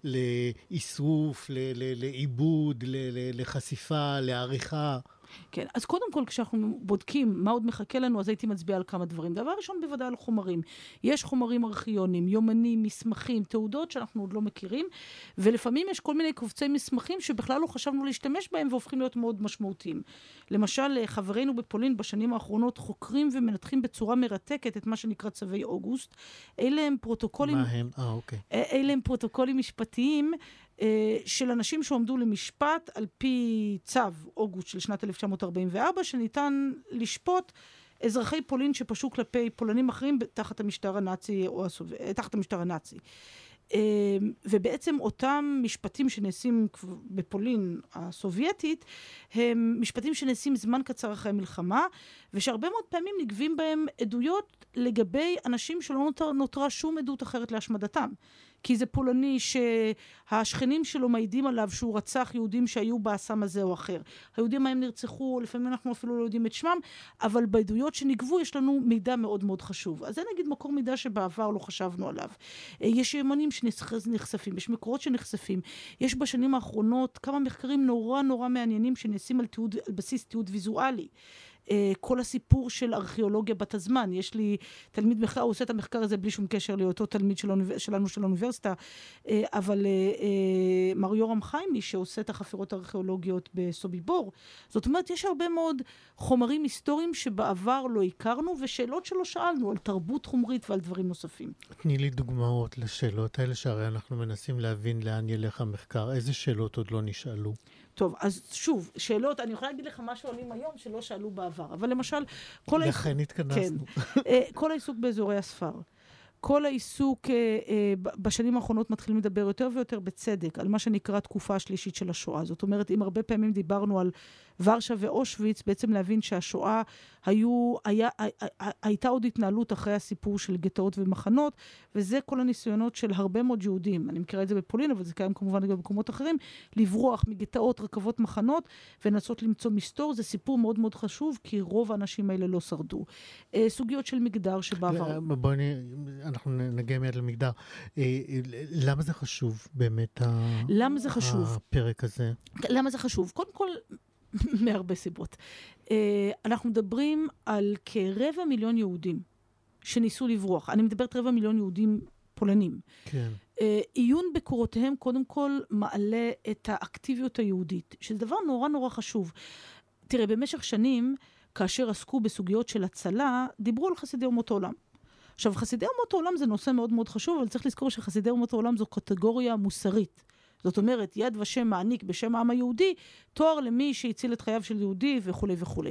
לאיסוף, לעיבוד, לחשיפה, לעריכה. כן, אז קודם כל כשאנחנו בודקים מה עוד מחכה לנו, אז הייתי מצביעה על כמה דברים. דבר ראשון בוודאי על חומרים. יש חומרים ארכיונים, יומנים, מסמכים, תעודות שאנחנו עוד לא מכירים, ולפעמים יש כל מיני קובצי מסמכים שבכלל לא חשבנו להשתמש בהם והופכים להיות מאוד משמעותיים. למשל, חברינו בפולין בשנים האחרונות חוקרים ומנתחים בצורה מרתקת את מה שנקרא צווי אוגוסט. אלה הם פרוטוקולים... מה הם? אה, אוקיי. אלה הם פרוטוקולים משפטיים של אנשים שעומדו למשפט על פי צו אוגוסט של שנת אלף תשע מאות ארבעים וארבע, שניתן לשפוט אזרחי פולין שפשעו כלפי פולנים אחרים תחת המשטר הנאצי או הסוב... תחת המשטר הנאצי. ובעצם אותם משפטים שנעשים בפולין הסובייטית, הם משפטים שנעשים זמן קצר אחרי המלחמה, ושהרבה מאוד פעמים נגבים בהם עדויות לגבי אנשים שלא נותר, נותרה שום עדות אחרת להשמדתם. כי זה פולני שהשכנים שלו מעידים עליו שהוא רצח יהודים שהיו באסם הזה או אחר. היהודים מהם נרצחו, לפעמים אנחנו אפילו לא יודעים את שמם, אבל בעדויות שנגבו יש לנו מידע מאוד מאוד חשוב. אז זה נגיד מקור מידע שבעבר לא חשבנו עליו. יש ימנים שנחשפים, יש מקורות שנחשפים. יש בשנים האחרונות כמה מחקרים נורא נורא מעניינים שנעשים על, תיעוד, על בסיס תיעוד ויזואלי. כל הסיפור של ארכיאולוגיה בת הזמן. יש לי תלמיד מחקר, הוא עושה את המחקר הזה בלי שום קשר לאותו תלמיד של האוניבר... שלנו של האוניברסיטה, אבל מר יורם חיימי שעושה את החפירות הארכיאולוגיות בסוביבור. זאת אומרת, יש הרבה מאוד חומרים היסטוריים שבעבר לא הכרנו, ושאלות שלא שאלנו על תרבות חומרית ועל דברים נוספים. תני לי דוגמאות לשאלות האלה, שהרי אנחנו מנסים להבין לאן ילך המחקר. איזה שאלות עוד לא נשאלו? טוב, אז שוב, שאלות, אני יכולה להגיד לך מה שואלים היום שלא שאלו בעבר, אבל למשל, כל לכן התכנסנו. כן, כל העיסוק באזורי הספר, כל העיסוק בשנים האחרונות מתחילים לדבר יותר ויותר בצדק על מה שנקרא תקופה השלישית של השואה. זאת אומרת, אם הרבה פעמים דיברנו על ורשה ואושוויץ, בעצם להבין שהשואה היו, היה, הייתה עוד התנהלות אחרי הסיפור של גטאות ומחנות, וזה כל הניסיונות של הרבה מאוד יהודים. אני מכירה את זה בפולין, אבל זה קיים כמובן גם במקומות אחרים, לברוח מגטאות, רכבות, מחנות, ונסות למצוא מסתור. זה סיפור מאוד מאוד חשוב, כי רוב האנשים האלה לא שרדו. סוגיות של מגדר שבעבר... בואי אנחנו נגיע מיד למגדר. למה זה חשוב באמת למה זה חשוב? הפרק הזה? למה זה חשוב? קודם כל, מהרבה סיבות. אנחנו מדברים על כרבע מיליון יהודים שניסו לברוח. אני מדברת רבע מיליון יהודים פולנים. כן. עיון בקורותיהם קודם כל מעלה את האקטיביות היהודית, שזה דבר נורא נורא חשוב. תראה, במשך שנים, כאשר עסקו בסוגיות של הצלה, דיברו על חסידי אומות העולם. עכשיו, חסידי אומות העולם זה נושא מאוד מאוד חשוב, אבל צריך לזכור שחסידי אומות העולם זו קטגוריה מוסרית. זאת אומרת, יד ושם מעניק בשם העם היהודי, תואר למי שהציל את חייו של יהודי וכו' וכו'.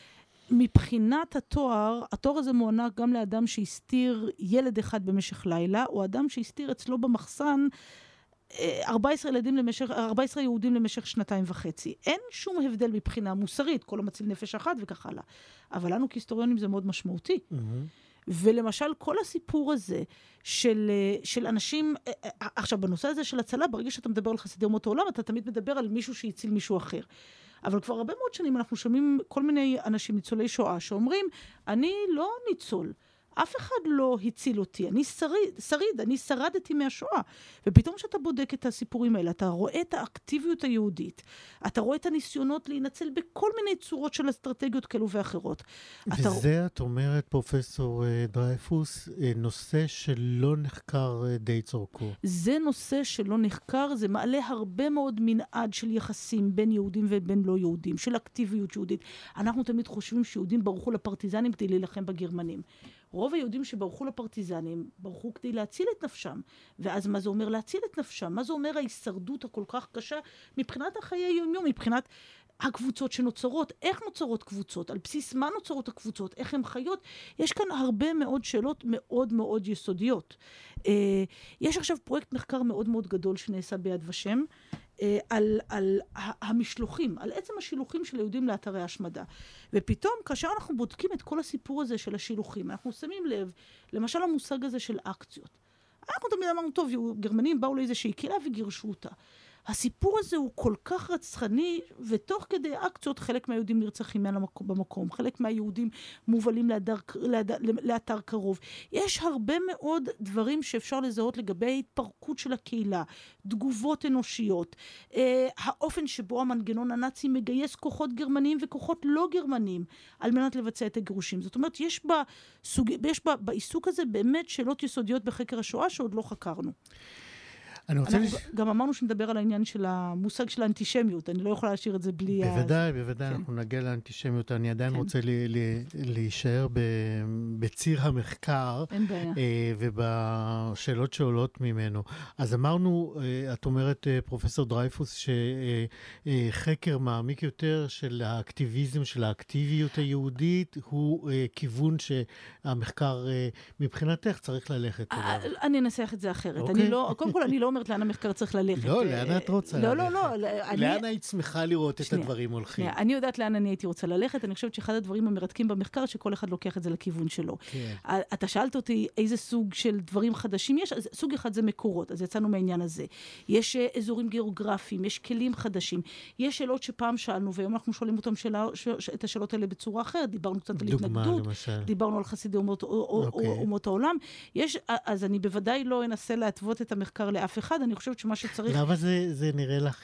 מבחינת התואר, התואר הזה מוענק גם לאדם שהסתיר ילד אחד במשך לילה, או אדם שהסתיר אצלו במחסן ארבע עשרה ילדים למשך, ארבע עשרה יהודים למשך שנתיים וחצי. אין שום הבדל מבחינה מוסרית, כל המציל נפש אחת וכך הלאה. אבל לנו כהיסטוריונים זה מאוד משמעותי. Mm-hmm. ולמשל, כל הסיפור הזה של, של אנשים, עכשיו, בנושא הזה של הצלה, ברגע שאתה מדבר על חסידי אומות העולם, אתה תמיד מדבר על מישהו שהציל מישהו אחר. אבל כבר הרבה מאוד שנים אנחנו שומעים כל מיני אנשים, ניצולי שואה, שאומרים, אני לא ניצול. אף אחד לא הציל אותי, אני שריד, שריד, אני שרדתי מהשואה. ופתאום שאתה בודק את הסיפורים האלה, אתה רואה את האקטיביות היהודית, אתה רואה את הניסיונות להינצל בכל מיני צורות של אסטרטגיות כאלו ואחרות. וזה, אתה... את אומרת, פרופסור דרייפוס, נושא שלא נחקר די צורכו. זה נושא שלא נחקר, זה מעלה הרבה מאוד מנעד של יחסים בין יהודים ובין לא יהודים, של אקטיביות יהודית. אנחנו תמיד חושבים שיהודים ברחו לפרטיזנים כדי להילחם בגרמנים. רוב היהודים שברחו לפרטיזנים, ברחו כדי להציל את נפשם. ואז מה זה אומר להציל את נפשם? מה זה אומר ההישרדות הכל כך קשה מבחינת החיי היום-יום, מבחינת הקבוצות שנוצרות, איך נוצרות קבוצות, על בסיס מה נוצרות הקבוצות, איך הן חיות? יש כאן הרבה מאוד שאלות מאוד מאוד יסודיות. יש עכשיו פרויקט מחקר מאוד מאוד גדול שנעשה ביד ושם, על, על המשלוחים, על עצם השילוחים של היהודים לאתרי השמדה. ופתאום, כאשר אנחנו בודקים את כל הסיפור הזה של השילוחים, אנחנו שמים לב, למשל המושג הזה של אקציות. אנחנו תמיד אמרנו, טוב, גרמנים באו לאיזושהי קהילה וגירשו אותה. הסיפור הזה הוא כל כך רצחני, ותוך כדי אקציות חלק מהיהודים נרצחים במקום, חלק מהיהודים מובלים לאתר, לאתר קרוב. יש הרבה מאוד דברים שאפשר לזהות לגבי התפרקות של הקהילה, תגובות אנושיות, אה, האופן שבו המנגנון הנאצי מגייס כוחות גרמנים וכוחות לא גרמנים על מנת לבצע את הגירושים. זאת אומרת, יש, בה, סוג, יש בה, בעיסוק הזה באמת שאלות יסודיות בחקר השואה שעוד לא חקרנו. אנחנו לש... גם אמרנו שנדבר על העניין של המושג של האנטישמיות, אני לא יכולה להשאיר את זה בלי... בוודאי, ה... בוודאי, כן. אנחנו נגיע לאנטישמיות, אני עדיין כן. רוצה לי, לי, להישאר ב, בציר המחקר, אה, ובשאלות שעולות ממנו. אז אמרנו, אה, את אומרת, אה, פרופסור דרייפוס, שחקר אה, מעמיק יותר של האקטיביזם, של האקטיביות היהודית, הוא אה, כיוון שהמחקר אה, מבחינתך צריך ללכת אליו. אני אנסח את זה אחרת. אוקיי. אני לא, קודם כל, אני לא אומרת לאן המחקר צריך ללכת. לא, לאן את רוצה ללכת? לא, לא, לא. לאן היית שמחה לראות את הדברים הולכים? אני יודעת לאן אני הייתי רוצה ללכת. אני חושבת שאחד הדברים המרתקים במחקר, שכל אחד לוקח את זה לכיוון שלו. אתה שאלת אותי איזה סוג של דברים חדשים יש. סוג אחד זה מקורות, אז יצאנו מהעניין הזה. יש אזורים גיאוגרפיים, יש כלים חדשים. יש שאלות שפעם שאלנו, והיום אנחנו שואלים אותם את השאלות האלה בצורה אחרת. דיברנו קצת על התנגדות, דיברנו על חסידי אומות העולם. אז אני בוודאי לא אנסה להתוות את המחקר לאף אחד, אני חושבת שמה שצריך... למה זה, זה נראה לך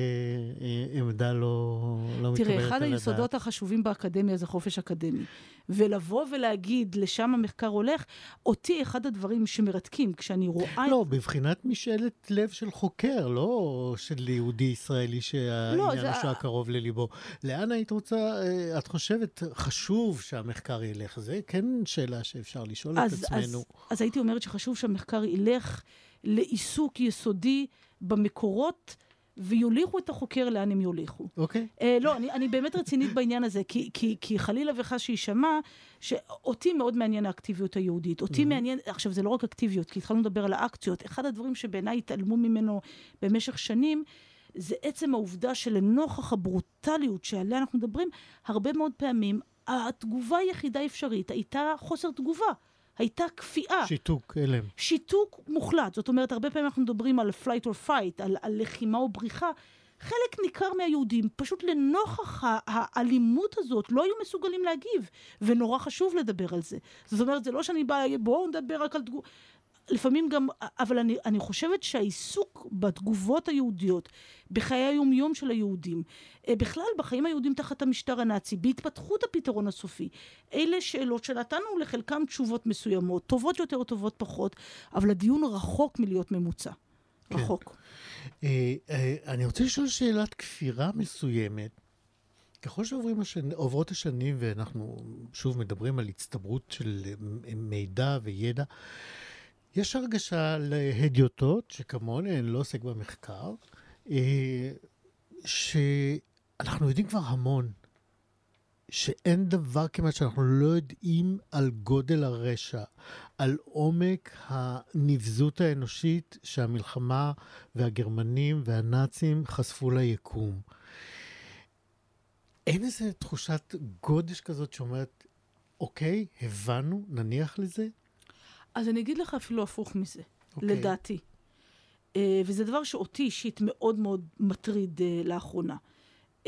כעמדה לא, לא מתקבלת על הדעת? תראה, אחד היסודות החשובים באקדמיה זה חופש אקדמי. ולבוא ולהגיד, לשם המחקר הולך, אותי אחד הדברים שמרתקים, כשאני רואה... לא, בבחינת משאלת לב של חוקר, לא של יהודי ישראלי שהעניין השואה זה... קרוב לליבו. לאן היית רוצה, את חושבת, חשוב שהמחקר ילך? זה כן שאלה שאפשר לשאול אז, את עצמנו. אז, אז הייתי אומרת שחשוב שהמחקר ילך לעיסוק יסודי במקורות, ויוליכו את החוקר לאן הם יוליכו. אוקיי. Okay. אה, לא, אני, אני באמת רצינית בעניין הזה, כי, כי, כי חלילה וחס שישמע, שאותי מאוד מעניין האקטיביות היהודית. אותי mm-hmm. מעניין, עכשיו זה לא רק אקטיביות, כי התחלנו לדבר על האקציות. אחד הדברים שבעיניי התעלמו ממנו במשך שנים, זה עצם העובדה שלנוכח הברוטליות שעליה אנחנו מדברים, הרבה מאוד פעמים, התגובה היחידה אפשרית הייתה חוסר תגובה. הייתה כפייה. שיתוק, אלם. שיתוק מוחלט. זאת אומרת, הרבה פעמים אנחנו מדברים על flight or fight, על, על לחימה או בריחה. חלק ניכר מהיהודים, פשוט לנוכח האלימות הזאת, לא היו מסוגלים להגיב. ונורא חשוב לדבר על זה. זאת אומרת, זה לא שאני באה, בואו נדבר רק על תגובה. לפעמים גם, אבל אני, אני חושבת שהעיסוק בתגובות היהודיות, בחיי היום-יום של היהודים, בכלל בחיים היהודים תחת המשטר הנאצי, בהתפתחות הפתרון הסופי, אלה שאלות שנתנו לחלקם תשובות מסוימות, טובות יותר או טובות פחות, אבל הדיון רחוק מלהיות ממוצע. כן. רחוק. אני רוצה לשאול שאלת כפירה מסוימת. ככל שעוברים השני, עוברות השנים, ואנחנו שוב מדברים על הצטברות של מידע וידע, יש הרגשה להדיוטות, שכמוני, אני לא עוסק במחקר, שאנחנו יודעים כבר המון, שאין דבר כמעט שאנחנו לא יודעים על גודל הרשע, על עומק הנבזות האנושית שהמלחמה והגרמנים והנאצים חשפו ליקום. אין איזו תחושת גודש כזאת שאומרת, אוקיי, הבנו, נניח לזה? אז אני אגיד לך אפילו הפוך מזה, אוקיי. לדעתי. Uh, וזה דבר שאותי אישית מאוד מאוד מטריד uh, לאחרונה. Um,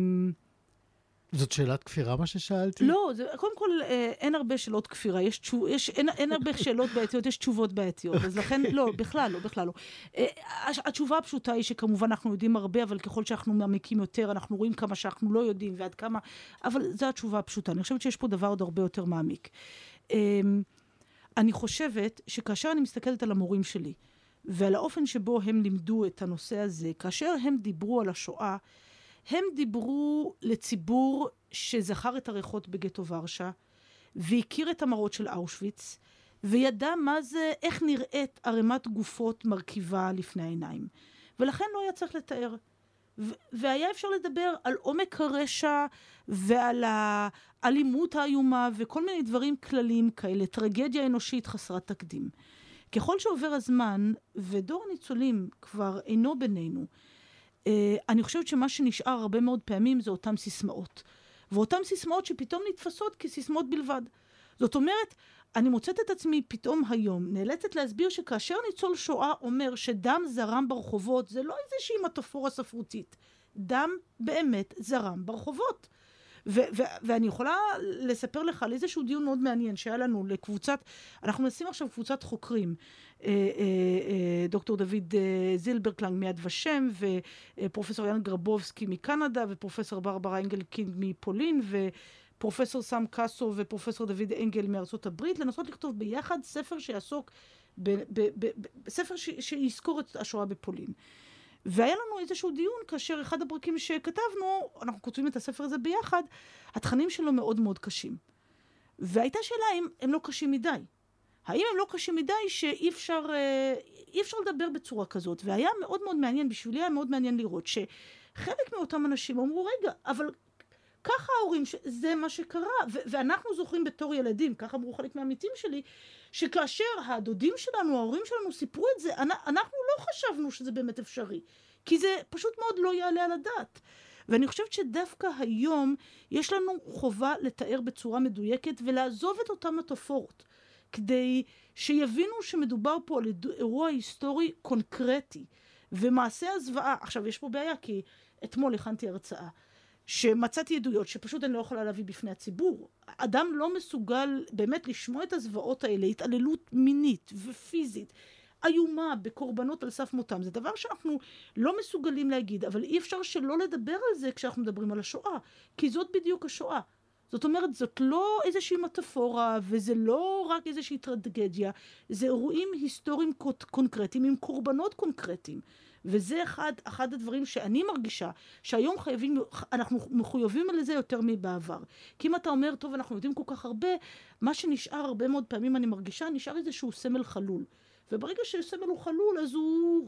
זאת שאלת כפירה מה ששאלתי? לא, זה, קודם כל uh, אין הרבה שאלות כפירה, יש תשו, יש, אין, אין הרבה שאלות בעייתיות, יש תשובות בעייתיות, אז לכן לא, בכלל לא, בכלל לא. Uh, התשובה הפשוטה היא שכמובן אנחנו יודעים הרבה, אבל ככל שאנחנו מעמיקים יותר, אנחנו רואים כמה שאנחנו לא יודעים ועד כמה, אבל זו התשובה הפשוטה. אני חושבת שיש פה דבר עוד הרבה יותר מעמיק. Uh, אני חושבת שכאשר אני מסתכלת על המורים שלי, ועל האופן שבו הם לימדו את הנושא הזה, כאשר הם דיברו על השואה, הם דיברו לציבור שזכר את הריחות בגטו ורשה, והכיר את המראות של אושוויץ, וידע מה זה, איך נראית ערימת גופות מרכיבה לפני העיניים. ולכן לא היה צריך לתאר. ו- והיה אפשר לדבר על עומק הרשע, ועל האלימות האיומה, וכל מיני דברים כלליים כאלה, טרגדיה אנושית חסרת תקדים. ככל שעובר הזמן, ודור הניצולים כבר אינו בינינו, אה, אני חושבת שמה שנשאר הרבה מאוד פעמים זה אותם סיסמאות. ואותם סיסמאות שפתאום נתפסות כסיסמאות בלבד. זאת אומרת, אני מוצאת את עצמי פתאום היום, נאלצת להסביר שכאשר ניצול שואה אומר שדם זרם ברחובות, זה לא איזושהי מטאפורה ספרותית. דם באמת זרם ברחובות. ו- ו- ואני יכולה לספר לך על איזשהו דיון מאוד מעניין שהיה לנו לקבוצת, אנחנו נשים עכשיו קבוצת חוקרים, אה, אה, אה, דוקטור דוד אה, זילברקלנג מיד ושם, ופרופסור יאן גרבובסקי מקנדה, ופרופסור ברברה אנגלקינד מפולין, ופרופסור סם קאסו ופרופסור דוד אנגל מארצות הברית, לנסות לכתוב ביחד ספר שיעסוק, ב- ב- ב- ב- ספר ש- שיזכור את השואה בפולין. והיה לנו איזשהו דיון כאשר אחד הפרקים שכתבנו, אנחנו כותבים את הספר הזה ביחד, התכנים שלו מאוד מאוד קשים. והייתה שאלה אם הם לא קשים מדי. האם הם לא קשים מדי שאי אפשר, אי אפשר לדבר בצורה כזאת. והיה מאוד מאוד מעניין, בשבילי היה מאוד מעניין לראות שחלק מאותם אנשים אמרו, רגע, אבל ככה ההורים, זה מה שקרה. ו- ואנחנו זוכרים בתור ילדים, ככה אמרו חלק מהעמיתים שלי, שכאשר הדודים שלנו, ההורים שלנו סיפרו את זה, אנחנו לא חשבנו שזה באמת אפשרי. כי זה פשוט מאוד לא יעלה על הדעת. ואני חושבת שדווקא היום יש לנו חובה לתאר בצורה מדויקת ולעזוב את אותם מטאפורות, כדי שיבינו שמדובר פה על אירוע היסטורי קונקרטי, ומעשה הזוועה. עכשיו יש פה בעיה, כי אתמול הכנתי הרצאה, שמצאתי עדויות שפשוט אני לא יכולה להביא בפני הציבור. אדם לא מסוגל באמת לשמוע את הזוועות האלה, התעללות מינית ופיזית, איומה בקורבנות על סף מותם. זה דבר שאנחנו לא מסוגלים להגיד, אבל אי אפשר שלא לדבר על זה כשאנחנו מדברים על השואה, כי זאת בדיוק השואה. זאת אומרת, זאת לא איזושהי מטאפורה, וזה לא רק איזושהי טרגדיה, זה אירועים היסטוריים קונקרטיים עם קורבנות קונקרטיים. וזה אחד, אחד הדברים שאני מרגישה, שהיום חייבים, אנחנו מחויבים על זה יותר מבעבר. כי אם אתה אומר, טוב, אנחנו יודעים כל כך הרבה, מה שנשאר הרבה מאוד פעמים אני מרגישה, נשאר איזשהו סמל חלול. וברגע שסמל הוא חלול, אז הוא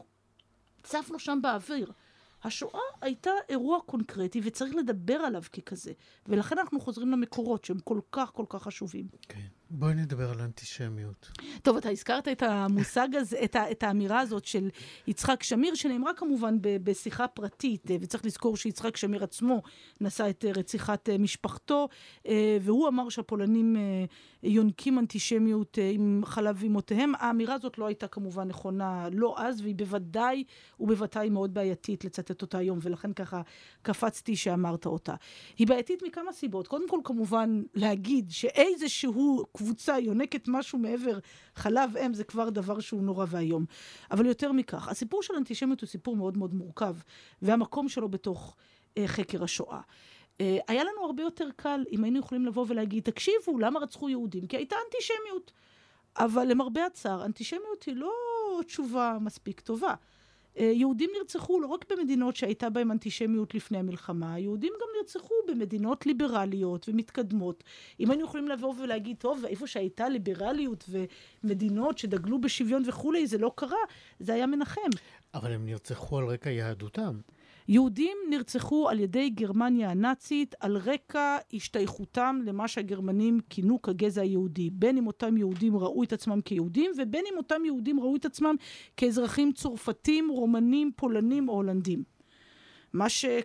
צף לו שם באוויר. השואה הייתה אירוע קונקרטי, וצריך לדבר עליו ככזה. ולכן אנחנו חוזרים למקורות, שהם כל כך, כל כך חשובים. כן. בואי נדבר על אנטישמיות. טוב, אתה הזכרת את המושג הזה, את, ה, את האמירה הזאת של יצחק שמיר, שנאמרה כמובן ב, בשיחה פרטית, וצריך לזכור שיצחק שמיר עצמו נשא את רציחת משפחתו, והוא אמר שהפולנים יונקים אנטישמיות עם חלב אמותיהם. האמירה הזאת לא הייתה כמובן נכונה לא אז, והיא בוודאי ובוודאי מאוד בעייתית לצטט אותה היום, ולכן ככה קפצתי שאמרת אותה. היא בעייתית מכמה סיבות. קודם כל כמובן להגיד שאיזשהו קבוצה יונקת משהו מעבר חלב אם, זה כבר דבר שהוא נורא והיום. אבל יותר מכך, הסיפור של אנטישמיות הוא סיפור מאוד מאוד מורכב, והמקום שלו בתוך אה, חקר השואה. אה, היה לנו הרבה יותר קל אם היינו יכולים לבוא ולהגיד, תקשיבו, למה רצחו יהודים? כי הייתה אנטישמיות. אבל למרבה הצער, אנטישמיות היא לא תשובה מספיק טובה. יהודים נרצחו לא רק במדינות שהייתה בהם אנטישמיות לפני המלחמה, יהודים גם נרצחו במדינות ליברליות ומתקדמות. אם היינו יכולים לבוא ולהגיד, טוב, איפה שהייתה ליברליות ומדינות שדגלו בשוויון וכולי, זה לא קרה, זה היה מנחם. אבל הם נרצחו על רקע יהדותם. יהודים נרצחו על ידי גרמניה הנאצית על רקע השתייכותם למה שהגרמנים כינו כגזע היהודי. בין אם אותם יהודים ראו את עצמם כיהודים, ובין אם אותם יהודים ראו את עצמם כאזרחים צרפתים, רומנים, פולנים או הולנדים. מה ש...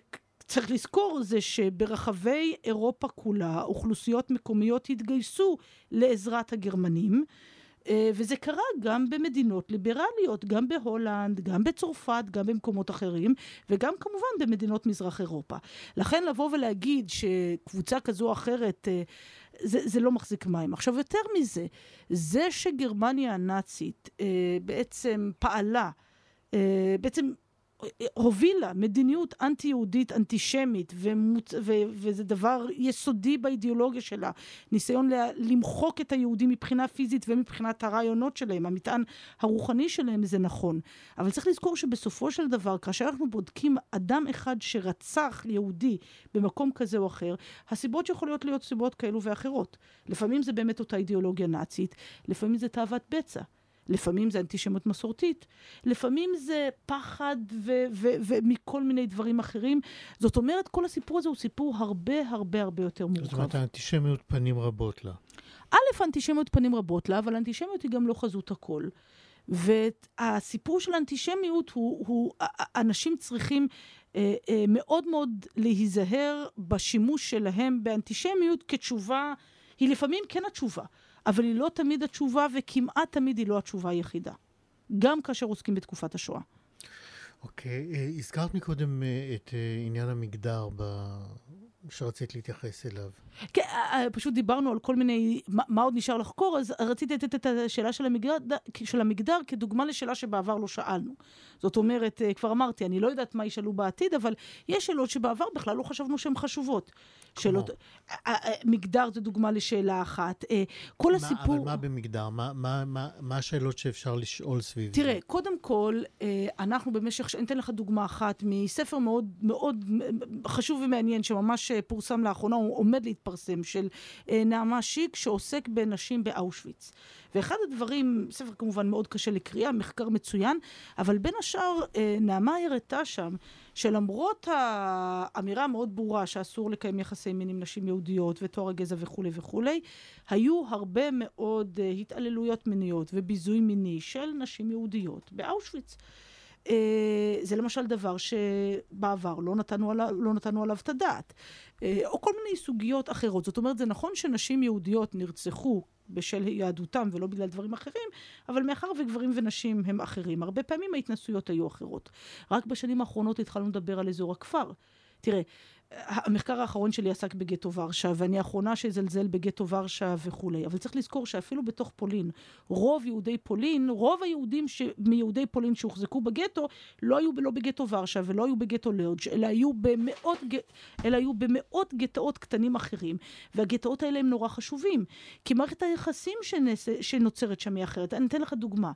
צריך לזכור זה שברחבי אירופה כולה, אוכלוסיות מקומיות התגייסו לעזרת הגרמנים, וזה קרה גם במדינות ליברליות, גם בהולנד, גם בצרפת, גם במקומות אחרים, וגם כמובן במדינות מזרח אירופה. לכן לבוא ולהגיד שקבוצה כזו או אחרת, זה, זה לא מחזיק מים. עכשיו יותר מזה, זה שגרמניה הנאצית בעצם פעלה, בעצם הובילה מדיניות אנטי-יהודית, אנטישמית, ומוצ... ו... וזה דבר יסודי באידיאולוגיה שלה, ניסיון לה... למחוק את היהודים מבחינה פיזית ומבחינת הרעיונות שלהם, המטען הרוחני שלהם, זה נכון. אבל צריך לזכור שבסופו של דבר, כאשר אנחנו בודקים אדם אחד שרצח יהודי במקום כזה או אחר, הסיבות שיכולות להיות סיבות כאלו ואחרות. לפעמים זה באמת אותה אידיאולוגיה נאצית, לפעמים זה תאוות בצע. לפעמים זה אנטישמיות מסורתית, לפעמים זה פחד ו- ו- ומכל מיני דברים אחרים. זאת אומרת, כל הסיפור הזה הוא סיפור הרבה הרבה הרבה יותר מורכב. זאת אומרת, האנטישמיות פנים רבות לה. א', האנטישמיות פנים רבות לה, אבל האנטישמיות היא גם לא חזות הכל. והסיפור של האנטישמיות הוא, הוא אנשים צריכים אה, אה, מאוד מאוד להיזהר בשימוש שלהם באנטישמיות כתשובה, היא לפעמים כן התשובה. אבל היא לא תמיד התשובה, וכמעט תמיד היא לא התשובה היחידה. גם כאשר עוסקים בתקופת השואה. אוקיי, הזכרת מקודם את עניין המגדר שרצית להתייחס אליו. כן, פשוט דיברנו על כל מיני, מה, מה עוד נשאר לחקור, אז רציתי לתת את השאלה של המגדר, של המגדר כדוגמה לשאלה שבעבר לא שאלנו. זאת אומרת, כבר אמרתי, אני לא יודעת מה ישאלו בעתיד, אבל יש שאלות שבעבר בכלל לא חשבנו שהן חשובות. שאלות, מגדר זה דוגמה לשאלה אחת. כל מה, הסיפור... אבל מה במגדר? מה, מה, מה, מה השאלות שאפשר לשאול סביב תראה, זה? קודם כל, אנחנו במשך, אני אתן לך דוגמה אחת מספר מאוד, מאוד חשוב ומעניין, שממש פורסם לאחרונה, הוא עומד להתפרסם, של נעמה שיק, שעוסק בנשים באושוויץ. ואחד הדברים, ספר כמובן מאוד קשה לקריאה, מחקר מצוין, אבל בין השאר, נעמה הראתה שם, שלמרות האמירה המאוד ברורה שאסור לקיים יחסי מין עם נשים יהודיות ותואר הגזע וכו' וכו', היו הרבה מאוד התעללויות מיניות וביזוי מיני של נשים יהודיות באושוויץ. זה למשל דבר שבעבר לא נתנו עליו, לא נתנו עליו את הדעת. או כל מיני סוגיות אחרות. זאת אומרת, זה נכון שנשים יהודיות נרצחו בשל יהדותם ולא בגלל דברים אחרים, אבל מאחר וגברים ונשים הם אחרים. הרבה פעמים ההתנסויות היו אחרות. רק בשנים האחרונות התחלנו לדבר על אזור הכפר. תראה, המחקר האחרון שלי עסק בגטו ורשה, ואני האחרונה שזלזל בגטו ורשה וכו'. אבל צריך לזכור שאפילו בתוך פולין, רוב יהודי פולין, רוב היהודים ש... מיהודי פולין שהוחזקו בגטו, לא היו לא בגטו ורשה ולא היו בגטו לרג', אלא היו במאות, אלא היו במאות גטאות קטנים אחרים. והגטאות האלה הם נורא חשובים, כי מערכת היחסים שנס... שנוצרת שם היא אחרת. אני אתן לך דוגמה.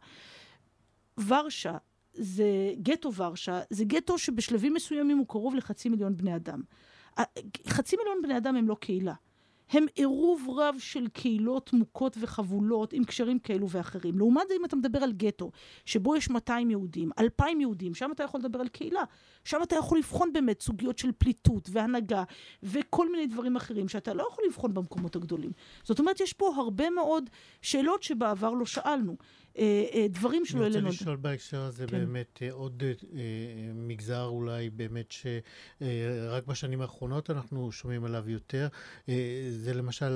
ורשה, זה גטו ורשה, זה גטו שבשלבים מסוימים הוא קרוב לחצי מיליון בני אדם. חצי מיליון בני אדם הם לא קהילה. הם עירוב רב של קהילות מוכות וחבולות עם קשרים כאלו ואחרים. לעומת זה אם אתה מדבר על גטו, שבו יש מאתיים יהודים, אלפיים יהודים, שם אתה יכול לדבר על קהילה. שם אתה יכול לבחון באמת סוגיות של פליטות והנהגה וכל מיני דברים אחרים שאתה לא יכול לבחון במקומות הגדולים. זאת אומרת, יש פה הרבה מאוד שאלות שבעבר לא שאלנו. דברים שלא אלינו... אני רוצה לשאול בהקשר הזה כן. באמת עוד מגזר אולי באמת שרק בשנים האחרונות אנחנו שומעים עליו יותר. זה למשל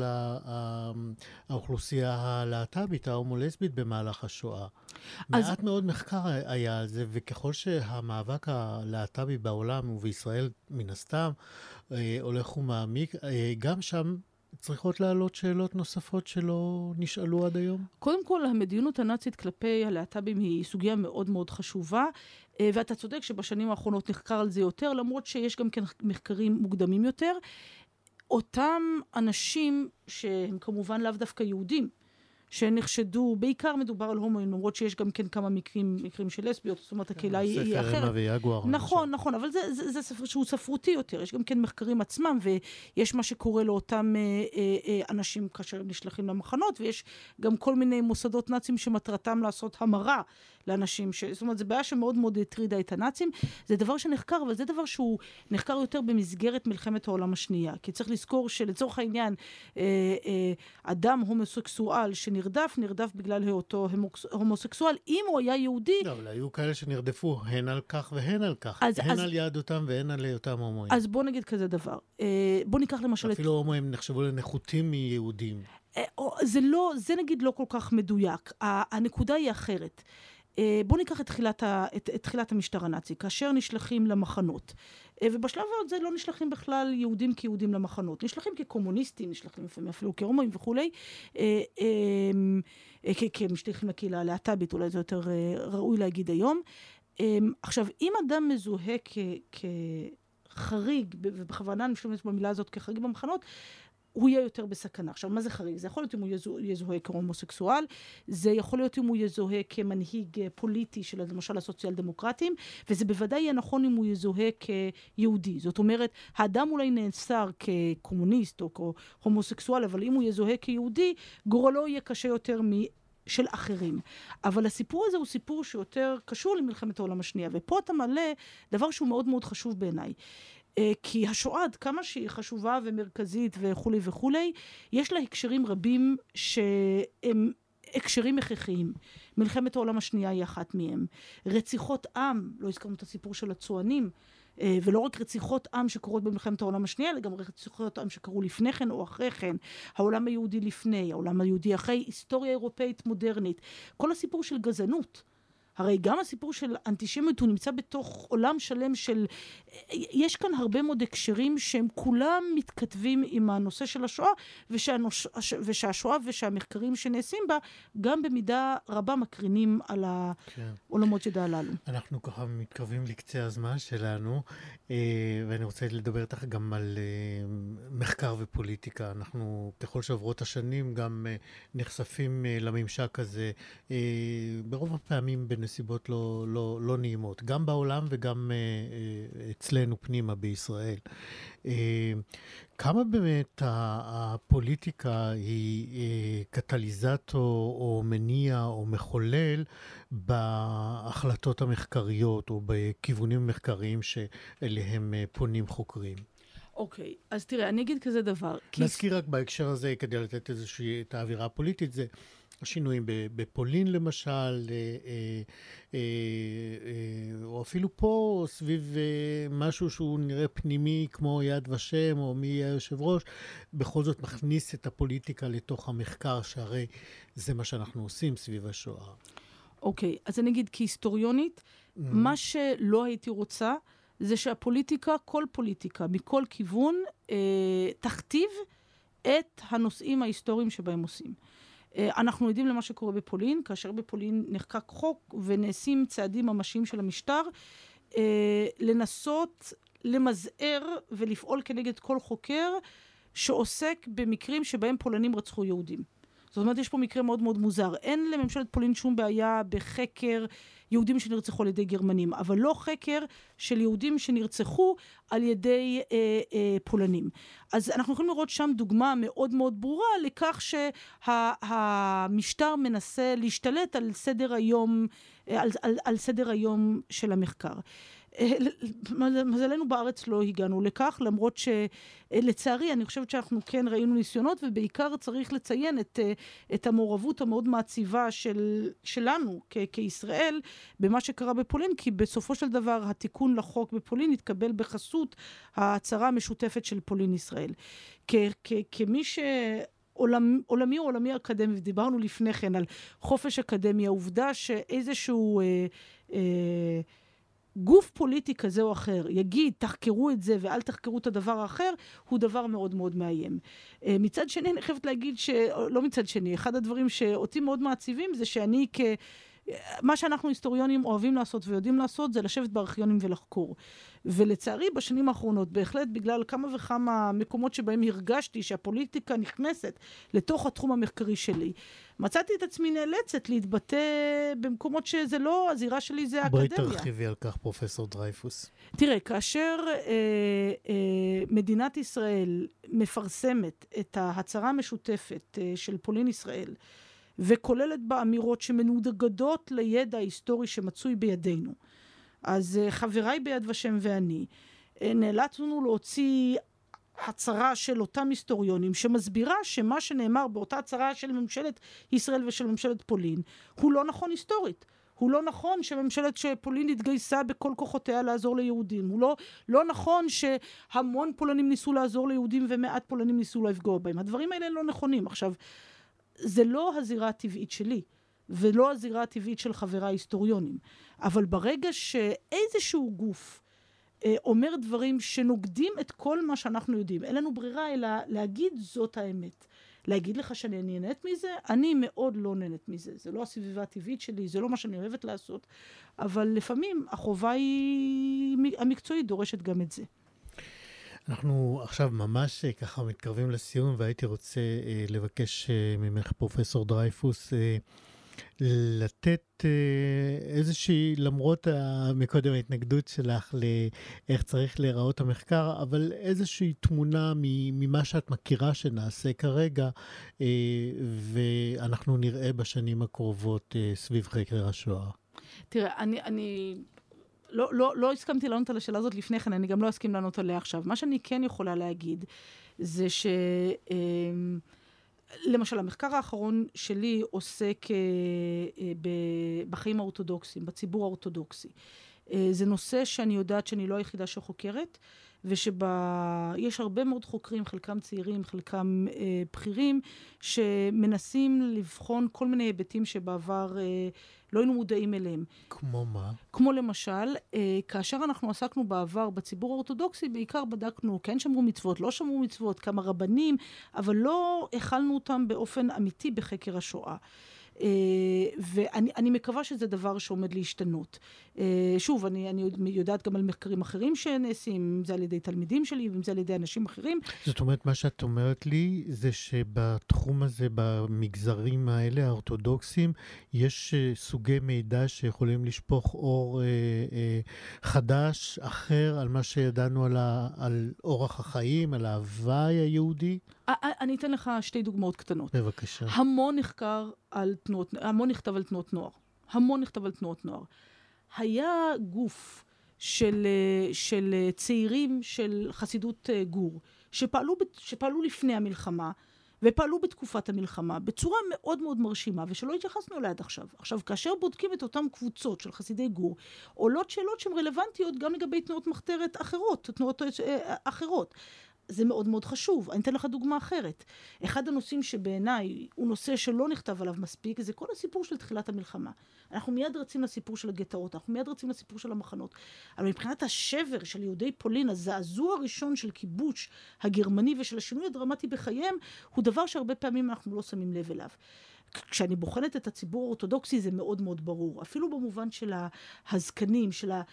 האוכלוסייה הלהט"בית, ההומו-לסבית במהלך השואה. אז... מעט מאוד מחקר היה על זה, וככל שהמאבק הלהט"בי בעולם ובישראל מן הסתם הולך ומעמיק, גם שם צריכות לעלות שאלות נוספות שלא נשאלו עד היום? קודם כל, המדיניות הנאצית כלפי הלהט"בים היא סוגיה מאוד מאוד חשובה, ואתה צודק שבשנים האחרונות נחקר על זה יותר, למרות שיש גם כן מחקרים מוקדמים יותר. אותם אנשים שהם כמובן לאו דווקא יהודים, שנחשדו, בעיקר מדובר על הומואים, למרות שיש גם כן כמה מקרים, מקרים של לסביות, זאת אומרת, הקהילה היא אחרת. ספר אמה ויגואר. נכון, נכון, אבל זה, זה, זה ספר שהוא ספרותי יותר, יש גם כן מחקרים עצמם, ויש מה שקורה לאותם אה, אה, אנשים כאשר הם נשלחים למחנות, ויש גם כל מיני מוסדות נאצים שמטרתם לעשות המרה לאנשים, ש... זאת אומרת, זה בעיה שמאוד מאוד הטרידה את הנאצים, זה דבר שנחקר, אבל זה דבר שהוא נחקר יותר במסגרת מלחמת העולם השנייה, כי צריך לזכור שלצורך העניין, אה, אה, אדם הומוסקסואל שנרדף, נרדף בגלל היותו הומוסקסואל. אם הוא היה יהודי... לא, אבל היו כאלה שנרדפו הן על כך והן על כך. אז, הן אז, על יהדותם והן על היותם הומואים. אז בוא נגיד כזה דבר. בוא ניקח למשל... אפילו את... הומואים נחשבו לנחותים מיהודים. זה לא, זה נגיד לא כל כך מדויק. הנקודה היא אחרת. בואו ניקח את תחילת, ה, את, את תחילת המשטר הנאצי, כאשר נשלחים למחנות. ובשלב הזה לא נשלחים בכלל יהודים כיהודים למחנות. נשלחים כקומוניסטים, נשלחים לפעמים אפילו כהומואים וכולי, כמשתייכים לקהילה הלהט"בית, אולי זה יותר ראוי להגיד היום. עכשיו, אם אדם מזוהה כחריג, ובכוונה אני משתמשת במילה הזאת כחריג במחנות, הוא יהיה יותר בסכנה. עכשיו, מה זה חריג? זה יכול להיות אם הוא יזוהה כהומוסקסואל, זה יכול להיות אם הוא יזוהה כמנהיג פוליטי של למשל הסוציאל דמוקרטים, וזה בוודאי יהיה נכון אם הוא יזוהה כיהודי. זאת אומרת, האדם אולי נאסר כקומוניסט או כהומוסקסואל, אבל אם הוא יזוהה כיהודי, גורלו יהיה קשה יותר מ... של אחרים. אבל הסיפור הזה הוא סיפור שיותר קשור למלחמת העולם השנייה, ופה אתה מלא דבר שהוא מאוד מאוד חשוב בעיניי. כי השואה, עד כמה שהיא חשובה ומרכזית וכולי וכולי, יש לה הקשרים רבים שהם הקשרים הכרחיים. מלחמת העולם השנייה היא אחת מהם. רציחות עם, לא הזכרנו את הסיפור של הצוענים, ולא רק רציחות עם שקורות במלחמת העולם השנייה, אלא גם רציחות עם שקרו לפני כן או אחרי כן. העולם היהודי לפני, העולם היהודי אחרי, היסטוריה אירופאית מודרנית. כל הסיפור של גזענות. הרי גם הסיפור של אנטישמיות הוא נמצא בתוך עולם שלם של... יש כאן הרבה מאוד הקשרים שהם כולם מתכתבים עם הנושא של השואה, ושהנוש... ושהשואה ושהמחקרים שנעשים בה, גם במידה רבה מקרינים על העולמות ידע הללו. אנחנו ככה מתקרבים לקצה הזמן שלנו, ואני רוצה לדבר איתך גם על מחקר ופוליטיקה. אנחנו ככל שעברות השנים גם נחשפים לממשק הזה, ברוב הפעמים בנ... סיבות לא, לא, לא נעימות, גם בעולם וגם uh, אצלנו פנימה בישראל. Uh, כמה באמת הפוליטיקה היא uh, קטליזטור או מניע או מחולל בהחלטות המחקריות או בכיוונים מחקריים שאליהם uh, פונים חוקרים? אוקיי, okay, אז תראה, אני אגיד כזה דבר. נזכיר כי... רק בהקשר הזה, כדי לתת איזושהי את האווירה הפוליטית, זה השינויים בפולין למשל, או אפילו פה סביב משהו שהוא נראה פנימי כמו יד ושם או מי יהיה היושב ראש, בכל זאת מכניס את הפוליטיקה לתוך המחקר, שהרי זה מה שאנחנו עושים סביב השואה. אוקיי, okay, אז אני אגיד כהיסטוריונית, mm-hmm. מה שלא הייתי רוצה, זה שהפוליטיקה, כל פוליטיקה, מכל כיוון, אה, תכתיב את הנושאים ההיסטוריים שבהם עושים. אנחנו יודעים למה שקורה בפולין, כאשר בפולין נחקק חוק ונעשים צעדים ממשיים של המשטר, לנסות למזער ולפעול כנגד כל חוקר שעוסק במקרים שבהם פולנים רצחו יהודים. זאת אומרת, יש פה מקרה מאוד מאוד מוזר. אין לממשלת פולין שום בעיה בחקר יהודים שנרצחו על ידי גרמנים, אבל לא חקר של יהודים שנרצחו על ידי אה, אה, פולנים. אז אנחנו יכולים לראות שם דוגמה מאוד מאוד ברורה לכך שהמשטר מנסה להשתלט על סדר היום, על, על, על סדר היום של המחקר. מזלנו בארץ לא הגענו לכך, למרות שלצערי אני חושבת שאנחנו כן ראינו ניסיונות, ובעיקר צריך לציין את, את המעורבות המאוד מעציבה של, שלנו כ, כישראל במה שקרה בפולין, כי בסופו של דבר התיקון לחוק בפולין התקבל בחסות ההצהרה המשותפת של פולין-ישראל. כ, כ, כמי ש... עולמי, עולמי או עולמי אקדמי, ודיברנו לפני כן על חופש אקדמי, העובדה שאיזשהו... אה, אה, גוף פוליטי כזה או אחר יגיד, תחקרו את זה ואל תחקרו את הדבר האחר, הוא דבר מאוד מאוד מאיים. מצד שני, אני חייבת להגיד ש... לא מצד שני, אחד הדברים שאותי מאוד מעציבים זה שאני כ... מה שאנחנו היסטוריונים אוהבים לעשות ויודעים לעשות, זה לשבת בארכיונים ולחקור. ולצערי, בשנים האחרונות, בהחלט בגלל כמה וכמה מקומות שבהם הרגשתי שהפוליטיקה נכנסת לתוך התחום המחקרי שלי, מצאתי את עצמי נאלצת להתבטא במקומות שזה לא, הזירה שלי זה האקדמיה. בואי תרחיבי על כך, פרופסור דרייפוס. תראה, כאשר אה, אה, מדינת ישראל מפרסמת את ההצהרה המשותפת אה, של פולין ישראל, וכוללת בה אמירות שמנוגדות לידע ההיסטורי שמצוי בידינו. אז חבריי ביד ושם ואני, נאלצנו להוציא הצהרה של אותם היסטוריונים שמסבירה שמה שנאמר באותה הצהרה של ממשלת ישראל ושל ממשלת פולין הוא לא נכון היסטורית. הוא לא נכון שממשלת שפולין התגייסה בכל כוחותיה לעזור ליהודים. הוא לא, לא נכון שהמון פולנים ניסו לעזור ליהודים ומעט פולנים ניסו לפגוע בהם. הדברים האלה לא נכונים. עכשיו, זה לא הזירה הטבעית שלי, ולא הזירה הטבעית של חברי ההיסטוריונים. אבל ברגע שאיזשהו גוף אה, אומר דברים שנוגדים את כל מה שאנחנו יודעים, אין לנו ברירה אלא להגיד זאת האמת. להגיד לך שאני נהנית מזה? אני מאוד לא נהנית מזה. זה לא הסביבה הטבעית שלי, זה לא מה שאני אוהבת לעשות, אבל לפעמים החובה היא, המקצועית דורשת גם את זה. אנחנו עכשיו ממש ככה מתקרבים לסיום, והייתי רוצה אה, לבקש אה, ממך פרופסור דרייפוס, אה, לתת אה, איזושהי, למרות מקודם ההתנגדות שלך לאיך צריך להיראות המחקר, אבל איזושהי תמונה ממה שאת מכירה שנעשה כרגע, אה, ואנחנו נראה בשנים הקרובות אה, סביב חקר השואה. תראה, אני... אני... לא, לא, לא הסכמתי לענות על השאלה הזאת לפני כן, אני גם לא אסכים לענות עליה עכשיו. מה שאני כן יכולה להגיד, זה ש... אה, למשל, המחקר האחרון שלי עוסק אה, אה, בחיים האורתודוקסיים, בציבור האורתודוקסי. אה, זה נושא שאני יודעת שאני לא היחידה שחוקרת, ושיש הרבה מאוד חוקרים, חלקם צעירים, חלקם אה, בכירים, שמנסים לבחון כל מיני היבטים שבעבר אה, לא היינו מודעים אליהם. כמו מה? כמו למשל, אה, כאשר אנחנו עסקנו בעבר בציבור האורתודוקסי, בעיקר בדקנו כן שמרו מצוות, לא שמרו מצוות, כמה רבנים, אבל לא החלנו אותם באופן אמיתי בחקר השואה. Uh, ואני אני מקווה שזה דבר שעומד להשתנות. Uh, שוב, אני, אני יודעת גם על מחקרים אחרים שנעשים, אם זה על ידי תלמידים שלי, ואם זה על ידי אנשים אחרים. זאת אומרת, מה שאת אומרת לי, זה שבתחום הזה, במגזרים האלה, האורתודוקסים, יש uh, סוגי מידע שיכולים לשפוך אור uh, uh, חדש, אחר, על מה שידענו על, ה, על אורח החיים, על ההוואי היהודי? אני אתן לך שתי דוגמאות קטנות. בבקשה. המון נחקר על תנועות, המון נכתב על תנועות נוער. המון נכתב על תנועות נוער. היה גוף של, של צעירים של חסידות גור, שפעלו, שפעלו לפני המלחמה, ופעלו בתקופת המלחמה, בצורה מאוד מאוד מרשימה, ושלא התייחסנו אליה עד עכשיו. עכשיו, כאשר בודקים את אותם קבוצות של חסידי גור, עולות שאלות שהן רלוונטיות גם לגבי תנועות מחתרת אחרות, תנועות אחרות. זה מאוד מאוד חשוב. אני אתן לך דוגמה אחרת. אחד הנושאים שבעיניי הוא נושא שלא נכתב עליו מספיק, זה כל הסיפור של תחילת המלחמה. אנחנו מיד רצים לסיפור של הגטאות, אנחנו מיד רצים לסיפור של המחנות. אבל מבחינת השבר של יהודי פולין, הזעזוע הראשון של כיבוש הגרמני ושל השינוי הדרמטי בחייהם, הוא דבר שהרבה פעמים אנחנו לא שמים לב אליו. כשאני בוחנת את הציבור האורתודוקסי זה מאוד מאוד ברור. אפילו במובן של הזקנים, של ה...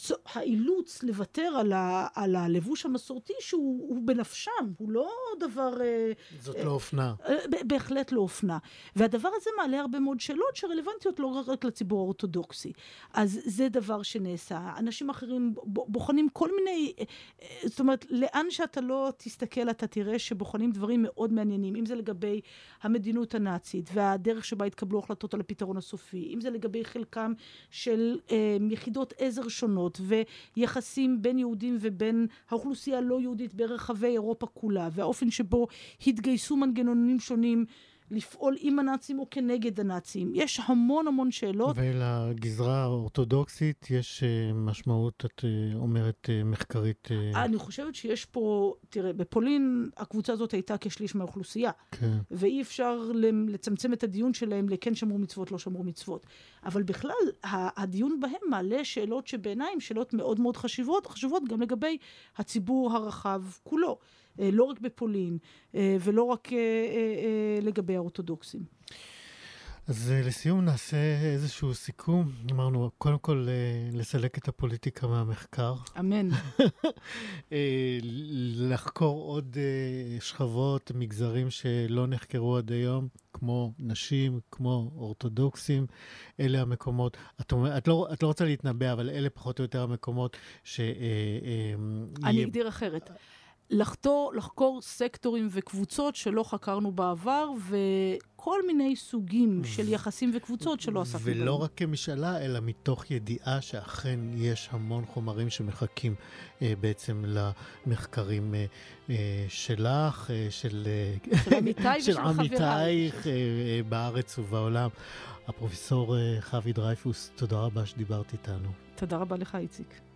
האילוץ לוותר על, ה, על הלבוש המסורתי שהוא הוא בנפשם, הוא לא דבר... זאת אה, לא אופנה. אה, בהחלט לא אופנה. והדבר הזה מעלה הרבה מאוד שאלות שרלוונטיות לא רק לציבור האורתודוקסי. אז זה דבר שנעשה. אנשים אחרים בוחנים כל מיני... זאת אומרת, לאן שאתה לא תסתכל, אתה תראה שבוחנים דברים מאוד מעניינים. אם זה לגבי המדינות הנאצית והדרך שבה התקבלו החלטות על הפתרון הסופי, אם זה לגבי חלקם של אה, יחידות עזר שונות, ויחסים בין יהודים ובין האוכלוסייה הלא יהודית ברחבי אירופה כולה, והאופן שבו התגייסו מנגנונים שונים לפעול עם הנאצים או כנגד הנאצים. יש המון המון שאלות. ולגזרה האורתודוקסית יש משמעות, את אומרת, מחקרית. אני חושבת שיש פה, תראה, בפולין הקבוצה הזאת הייתה כשליש מהאוכלוסייה. כן. ואי אפשר לצמצם את הדיון שלהם לכן שמרו מצוות, לא שמרו מצוות. אבל בכלל, הדיון בהם מעלה שאלות שבעיניי הן שאלות מאוד מאוד חשובות, חשובות גם לגבי הציבור הרחב כולו. לא רק בפולין, ולא רק לגבי האורתודוקסים. אז לסיום נעשה איזשהו סיכום. אמרנו, קודם כל לסלק את הפוליטיקה מהמחקר. אמן. לחקור עוד שכבות, מגזרים שלא נחקרו עד היום, כמו נשים, כמו אורתודוקסים. אלה המקומות, את, אומר, את, לא, את לא רוצה להתנבא, אבל אלה פחות או יותר המקומות ש... אני אגדיר אחרת. לחתור, לחקור סקטורים וקבוצות שלא חקרנו בעבר, וכל מיני סוגים של יחסים וקבוצות שלא עסקנו בהם. ולא רק כמשאלה, אלא מתוך ידיעה שאכן יש המון חומרים שמחכים אה, בעצם למחקרים אה, אה, שלך, אה, של, של עמיתי של ושל עמיתייך אה, אה, בארץ ובעולם. הפרופסור אה, חוי דרייפוס, תודה רבה שדיברת איתנו. תודה רבה לך, איציק.